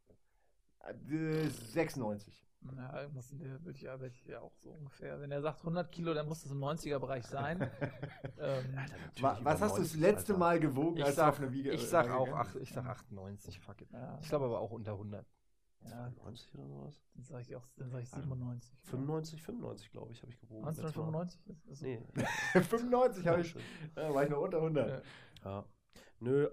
C: 96.
B: Ja, würde ich ja auch so ungefähr. Wenn er sagt 100 Kilo, dann muss das im 90er-Bereich sein.
D: Natürlich
C: Was
D: über
C: hast du das
D: 90,
C: letzte
D: Alter.
C: Mal gewogen,
A: Ich
C: als du
A: sag,
C: auf eine Wiege
A: ich sag
C: Waage
A: auch
C: gegangen bist?
A: ich sag 98, fuck it.
B: Ja,
A: Ich glaube aber auch unter 100.
B: ja,
D: 90 oder sowas?
B: dann sage ich 97.
D: 95, glaube ich, habe ich gewogen. letztes Mal.
B: 1995? Ist so.
D: Nee.
C: 95 habe ich. War ich noch unter 100.
D: Ja. Nö,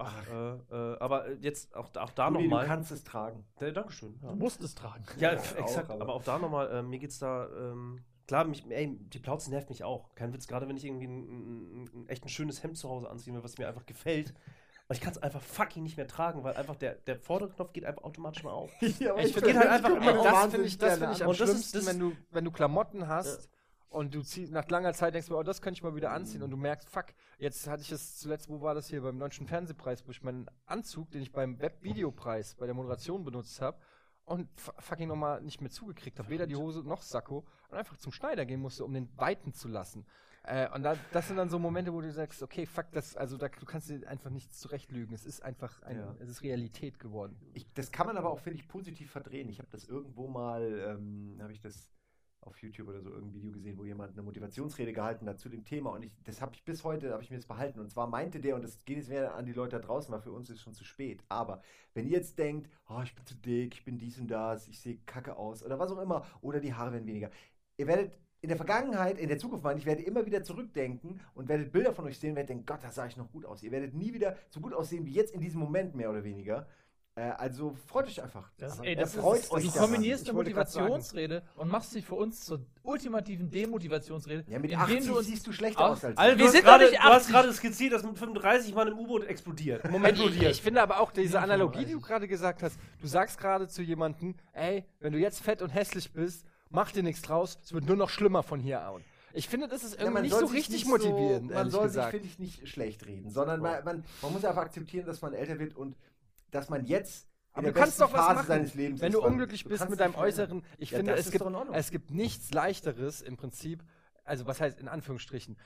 D: aber jetzt auch da
C: Rudi, du
D: nochmal.
C: kannst es tragen.
D: Dankeschön.
B: Du musst es tragen.
D: Ja,
C: Ja,
D: exakt.
C: auch,
D: aber auch da nochmal, mir geht's da, klar, die Plauze nervt mich auch. Kein Witz, gerade wenn ich irgendwie ein echt ein schönes Hemd zu Hause anziehen will, was mir einfach gefällt. Aber ich kann es einfach fucking nicht mehr tragen, weil einfach der vordere Knopf geht einfach automatisch mal auf.
C: Ja, aber
A: Ich finde
D: geht halt einfach
C: guck mir
D: immer
C: das
A: das
C: wahnsinnig
A: finde ich
C: gerne
A: am
C: an.
D: Und das ist-
A: schlimmsten, wenn du Klamotten hast und du ziehst nach langer Zeit denkst du, oh, das könnte ich mal wieder anziehen und du merkst, fuck, jetzt hatte ich es zuletzt, wo war das hier, beim Deutschen Fernsehpreis, wo ich meinen Anzug, den ich beim Webvideopreis bei der Moderation benutzt habe und fucking nochmal nicht mehr zugekriegt habe, weder die Hose noch Sakko und einfach zum Schneider gehen musste, um den weiten zu lassen. Und das sind dann so Momente, wo du sagst, okay, fuck, du kannst dir einfach nichts zurechtlügen. Es ist einfach es ist Realität geworden.
C: Das kann man aber auch, finde ich, positiv verdrehen. Ich habe das irgendwo mal, habe ich das auf YouTube oder so irgendein Video gesehen, wo jemand eine Motivationsrede gehalten hat zu dem Thema und das habe ich bis heute, habe ich mir das behalten und zwar meinte der, und das geht jetzt mehr an die Leute da draußen, weil für uns ist es schon zu spät, aber wenn ihr jetzt denkt, oh, ich bin zu dick, ich bin dies und das, ich sehe kacke aus oder was auch immer, oder die Haare werden weniger, ihr werdet in der Vergangenheit, in der Zukunft, meine ich, werdet immer wieder zurückdenken und werdet Bilder von euch sehen und werdet denken, Gott, da sah ich noch gut aus. Ihr werdet nie wieder so gut aussehen wie jetzt in diesem Moment, mehr oder weniger. Also freut euch einfach.
B: Das,
C: Aber
B: ey, das
C: freut
B: ist,
C: euch
B: du
C: daran.
B: kombinierst
A: Ich
B: eine
A: wollte grad sagen.
B: Motivationsrede und machst sie für uns zur ultimativen Demotivationsrede.
C: Ja, mit
B: indem
C: 80
B: du uns
C: siehst du schlechter aus als
D: Alter,
B: Wir sind doch
D: gerade,
B: nicht
D: du hast
B: 80.
D: gerade skizziert, dass mit 35 man im U-Boot explodiert.
A: Moment, ich finde aber auch diese Analogie, die du gerade gesagt hast, du sagst gerade zu jemandem, ey, wenn du jetzt fett und hässlich bist, mach dir nichts draus, es wird nur noch schlimmer von hier an. Ich finde, das ist irgendwie nicht so richtig motivierend,
C: Man
A: ehrlich
C: soll sich,
A: gesagt.
C: finde ich, nicht schlecht reden, sondern man muss einfach akzeptieren, dass man älter wird und dass man jetzt
A: Aber
C: in
A: du
C: der
A: kannst
C: besten
A: doch was
C: Phase
A: machen,
C: seines Lebens
A: wenn
C: ist.
A: du
C: weil
A: unglücklich
C: du
A: bist
C: kannst
A: mit deinem
C: dich verändern.
A: Äußeren. Ich
C: Ja,
A: finde,
C: das
A: es
C: ist
A: gibt,
C: doch in Ordnung.
A: es gibt nichts Leichteres im Prinzip, also was heißt in Anführungsstrichen,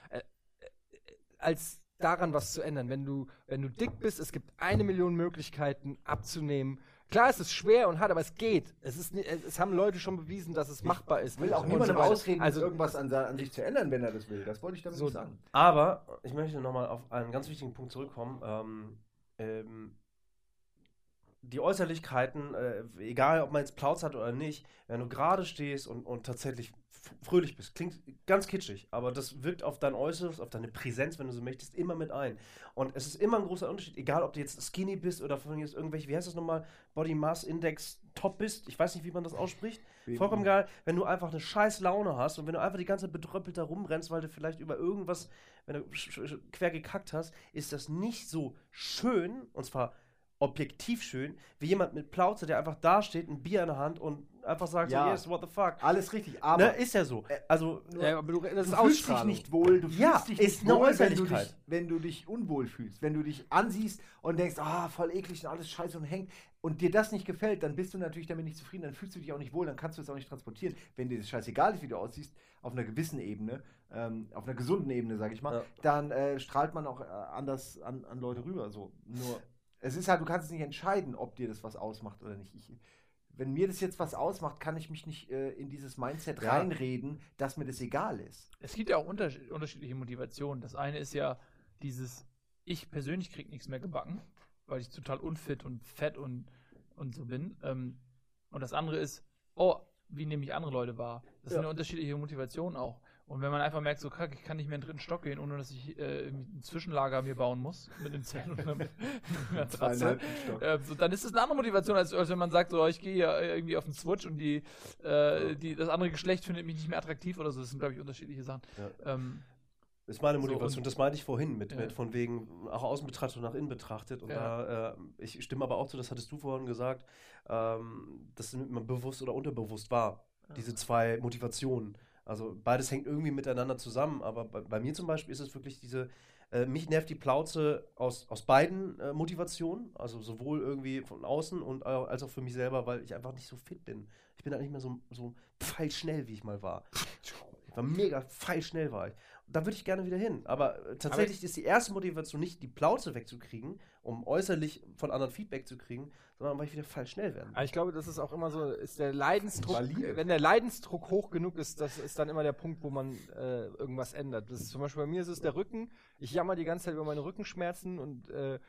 A: als daran was zu ändern. Wenn du dick bist, es gibt 1 Million Möglichkeiten abzunehmen. Klar, es ist schwer und hart, aber es geht. Es haben Leute schon bewiesen, dass es machbar ist.
C: Ich will auch
A: Und
C: niemandem
A: so weiter.
C: ausreden,
A: Also
C: irgendwas an sich zu ändern, wenn er das will. Das wollte ich damit
A: So,
C: nicht sagen.
D: Aber ich möchte nochmal auf einen ganz wichtigen Punkt zurückkommen. Die Äußerlichkeiten, egal ob man jetzt Plauz hat oder nicht, wenn du gerade stehst und tatsächlich fröhlich bist, klingt ganz kitschig, aber das wirkt auf dein Äußeres, auf deine Präsenz, wenn du so möchtest, immer mit ein. Und es ist immer ein großer Unterschied, egal ob du jetzt skinny bist oder von jetzt irgendwelche, wie heißt das nochmal, Body Mass Index top bist, ich weiß nicht, wie man das ausspricht, vollkommen geil, wenn du einfach eine scheiß Laune hast und wenn du einfach die ganze Zeit bedröppelt da rumrennst, weil du vielleicht über irgendwas, wenn du quer gekackt hast, ist das nicht so schön, und zwar objektiv schön, wie jemand mit Plauze, der einfach da steht, ein Bier in der Hand und einfach sagt,
C: Ja.
D: so, yes, what the fuck.
C: Alles richtig, aber
D: Ne, ist ja so. Also,
A: aber das ist
C: du fühlst dich
A: Ausstrahlung.
C: nicht wohl, du fühlst
D: Ja,
C: dich
D: ist
C: nicht
D: eine
C: wohl,
D: Äußerlichkeit.
C: wenn du dich unwohl fühlst, wenn du dich ansiehst und denkst, voll eklig und alles scheiße und hängt und dir das nicht gefällt, dann bist du natürlich damit nicht zufrieden, dann fühlst du dich auch nicht wohl, dann kannst du es auch nicht transportieren. Wenn dir das scheißegal ist, wie du aussiehst, auf einer gewissen Ebene, auf einer gesunden Ebene, sag ich mal,
D: Ja.
C: dann strahlt man auch anders an Leute rüber. So. Nur, es ist halt, du kannst es nicht entscheiden, ob dir das was ausmacht oder nicht. Wenn mir das jetzt was ausmacht, kann ich mich nicht in dieses Mindset reinreden, dass mir das egal ist.
B: Es gibt ja auch unterschiedliche Motivationen. Das eine ist ja dieses, ich persönlich krieg nichts mehr gebacken, weil ich total unfit und fett und so bin. Und das andere ist, wie nehme ich andere Leute wahr? Das sind ja unterschiedliche Motivationen auch. Und wenn man einfach merkt, so ich kann nicht mehr in den dritten Stock gehen, ohne dass ich ein Zwischenlager mir bauen muss, mit dem Zelt und einer Matratze, dann ist das eine andere Motivation, als wenn man sagt, so, ich gehe ja irgendwie auf den Switch und das andere Geschlecht findet mich nicht mehr attraktiv oder so. Das sind, glaube ich, unterschiedliche Sachen.
D: Ja. Ist meine Motivation,
B: und
D: das meinte ich vorhin mit von wegen auch außen betrachtet und nach innen betrachtet. Und ich stimme aber auch zu, das hattest du vorhin gesagt, dass man bewusst oder unterbewusst war, diese zwei Motivationen. Also beides hängt irgendwie miteinander zusammen, aber bei mir zum Beispiel ist es wirklich mich nervt die Plauze aus beiden Motivationen, also sowohl irgendwie von außen und als auch für mich selber, weil ich einfach nicht so fit bin. Ich bin halt nicht mehr so pfeilschnell, wie ich mal war. Ich war mega pfeilschnell war ich. Und da würde ich gerne wieder hin. Aber tatsächlich ist die erste Motivation nicht, die Plauze wegzukriegen, um äußerlich von anderen Feedback zu kriegen, sondern weil ich wieder pfeilschnell werden.
A: Aber ich glaube, das ist auch immer so, ist der Leidensdruck,
C: Valide.
A: wenn der Leidensdruck hoch genug ist, das ist dann immer der Punkt, wo man irgendwas ändert. Das ist zum Beispiel bei mir ist es der Rücken. Ich jammer die ganze Zeit über meine Rückenschmerzen und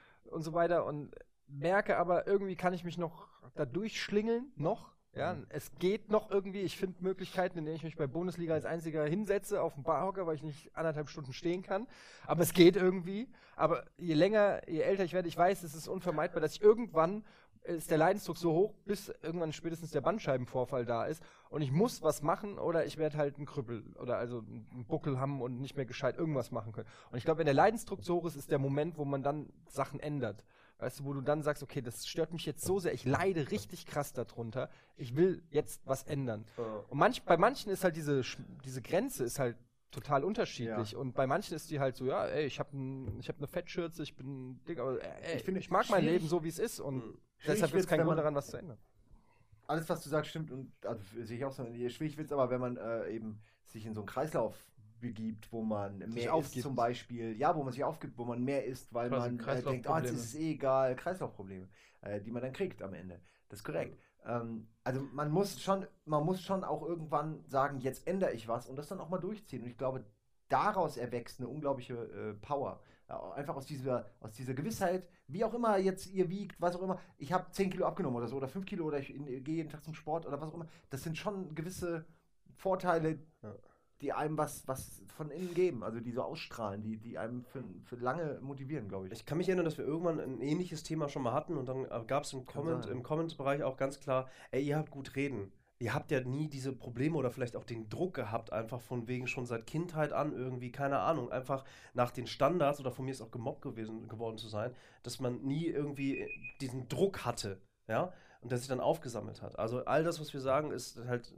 A: so weiter und merke aber, irgendwie kann ich mich noch da durchschlingeln, Ja, es geht noch irgendwie. Ich finde Möglichkeiten, in denen ich mich bei Bundesliga als einziger hinsetze auf den Barhocker, weil ich nicht 1,5 Stunden stehen kann. Aber es geht irgendwie. Aber je älter ich werde, ich weiß, es ist unvermeidbar, dass ich irgendwann ist der Leidensdruck so hoch, bis irgendwann spätestens der Bandscheibenvorfall da ist und ich muss was machen oder ich werde halt ein Krüppel oder also einen Buckel haben und nicht mehr gescheit irgendwas machen können. Und ich glaube, wenn der Leidensdruck so hoch ist, ist der Moment, wo man dann Sachen ändert. Weißt du, wo du dann sagst, okay, das stört mich jetzt so sehr, ich leide richtig krass darunter, ich will jetzt was ändern. Und bei manchen ist halt diese Grenze ist halt total unterschiedlich. Und bei manchen ist die halt so, ja, ey, ich hab eine Fettschürze, ich bin dick, aber ich mag mein Leben so, wie es ist und deshalb ist kein Grund daran, was zu ändern.
C: Alles, was du sagst, stimmt und also sehe ich auch so. Schwierig wird es aber, wenn man eben sich in so einen Kreislauf begibt, wo man mehr isst zum Beispiel, wo man sich aufgibt, wo man mehr isst, weil man denkt, jetzt ist es egal, Kreislaufprobleme, die man dann kriegt am Ende. Das ist korrekt. Also man muss schon auch irgendwann sagen, jetzt ändere ich was und das dann auch mal durchziehen. Und ich glaube, daraus erwächst eine unglaubliche Power. Einfach aus dieser Gewissheit, wie auch immer jetzt ihr wiegt, was auch immer, ich habe 10 Kilo abgenommen oder so, oder 5 Kilo, oder ich gehe jeden Tag zum Sport oder was auch immer. Das sind schon gewisse Vorteile, die einem was von innen geben, also die so ausstrahlen, die einem für lange motivieren, glaube ich.
D: Ich kann mich erinnern, dass wir irgendwann ein ähnliches Thema schon mal hatten und dann gab es im Comment-Bereich auch ganz klar, ey, ihr habt gut reden. Ihr habt ja nie diese Probleme oder vielleicht auch den Druck gehabt, einfach von wegen schon seit Kindheit an irgendwie, keine Ahnung, einfach nach den Standards oder von mir ist auch gemobbt geworden zu sein, dass man nie irgendwie diesen Druck hatte, ja, und der sich dann aufgesammelt hat. Also all das, was wir sagen, ist halt,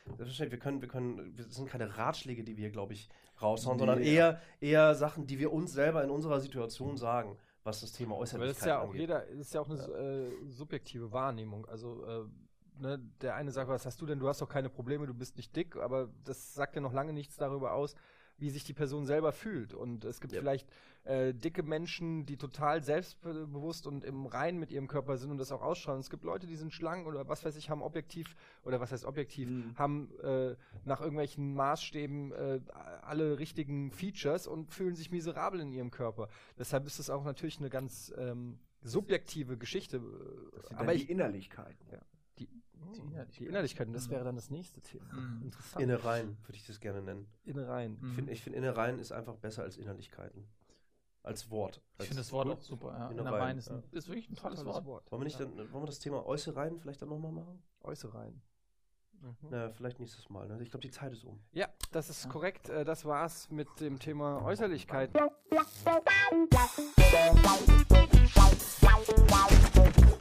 D: wir sind keine Ratschläge, die wir, glaube ich, raushauen, sondern eher Sachen, die wir uns selber in unserer Situation sagen, was das Thema Äußerlichkeit angeht.
A: Das ist ja auch eine subjektive Wahrnehmung, also der eine sagt, was hast du denn? Du hast doch keine Probleme, du bist nicht dick, aber das sagt ja noch lange nichts darüber aus, wie sich die Person selber fühlt. Und es gibt vielleicht dicke Menschen, die total selbstbewusst und im Reinen mit ihrem Körper sind und das auch ausstrahlen. Es gibt Leute, die sind schlank oder was weiß ich, haben haben nach irgendwelchen Maßstäben alle richtigen Features und fühlen sich miserabel in ihrem Körper. Deshalb ist es auch natürlich eine ganz subjektive Geschichte.
C: Aber die Innerlichkeiten.
A: Ja. Die Innerlichkeiten, das wäre dann das nächste Thema.
D: Interessant. Innereien würde ich das gerne nennen.
A: Innereien.
D: Ich finde Innereien ist einfach besser als Innerlichkeiten. Als Wort.
B: Ich finde das Wort auch super. Ja. Innereien ist wirklich ein tolles Wort.
D: Wollen wir das Thema Äußereien vielleicht dann nochmal machen?
A: Äußereien.
D: Na, vielleicht nächstes Mal. Ne? Ich glaube, die Zeit ist um.
A: Ja, das ist korrekt. Das war's mit dem Thema Äußerlichkeiten.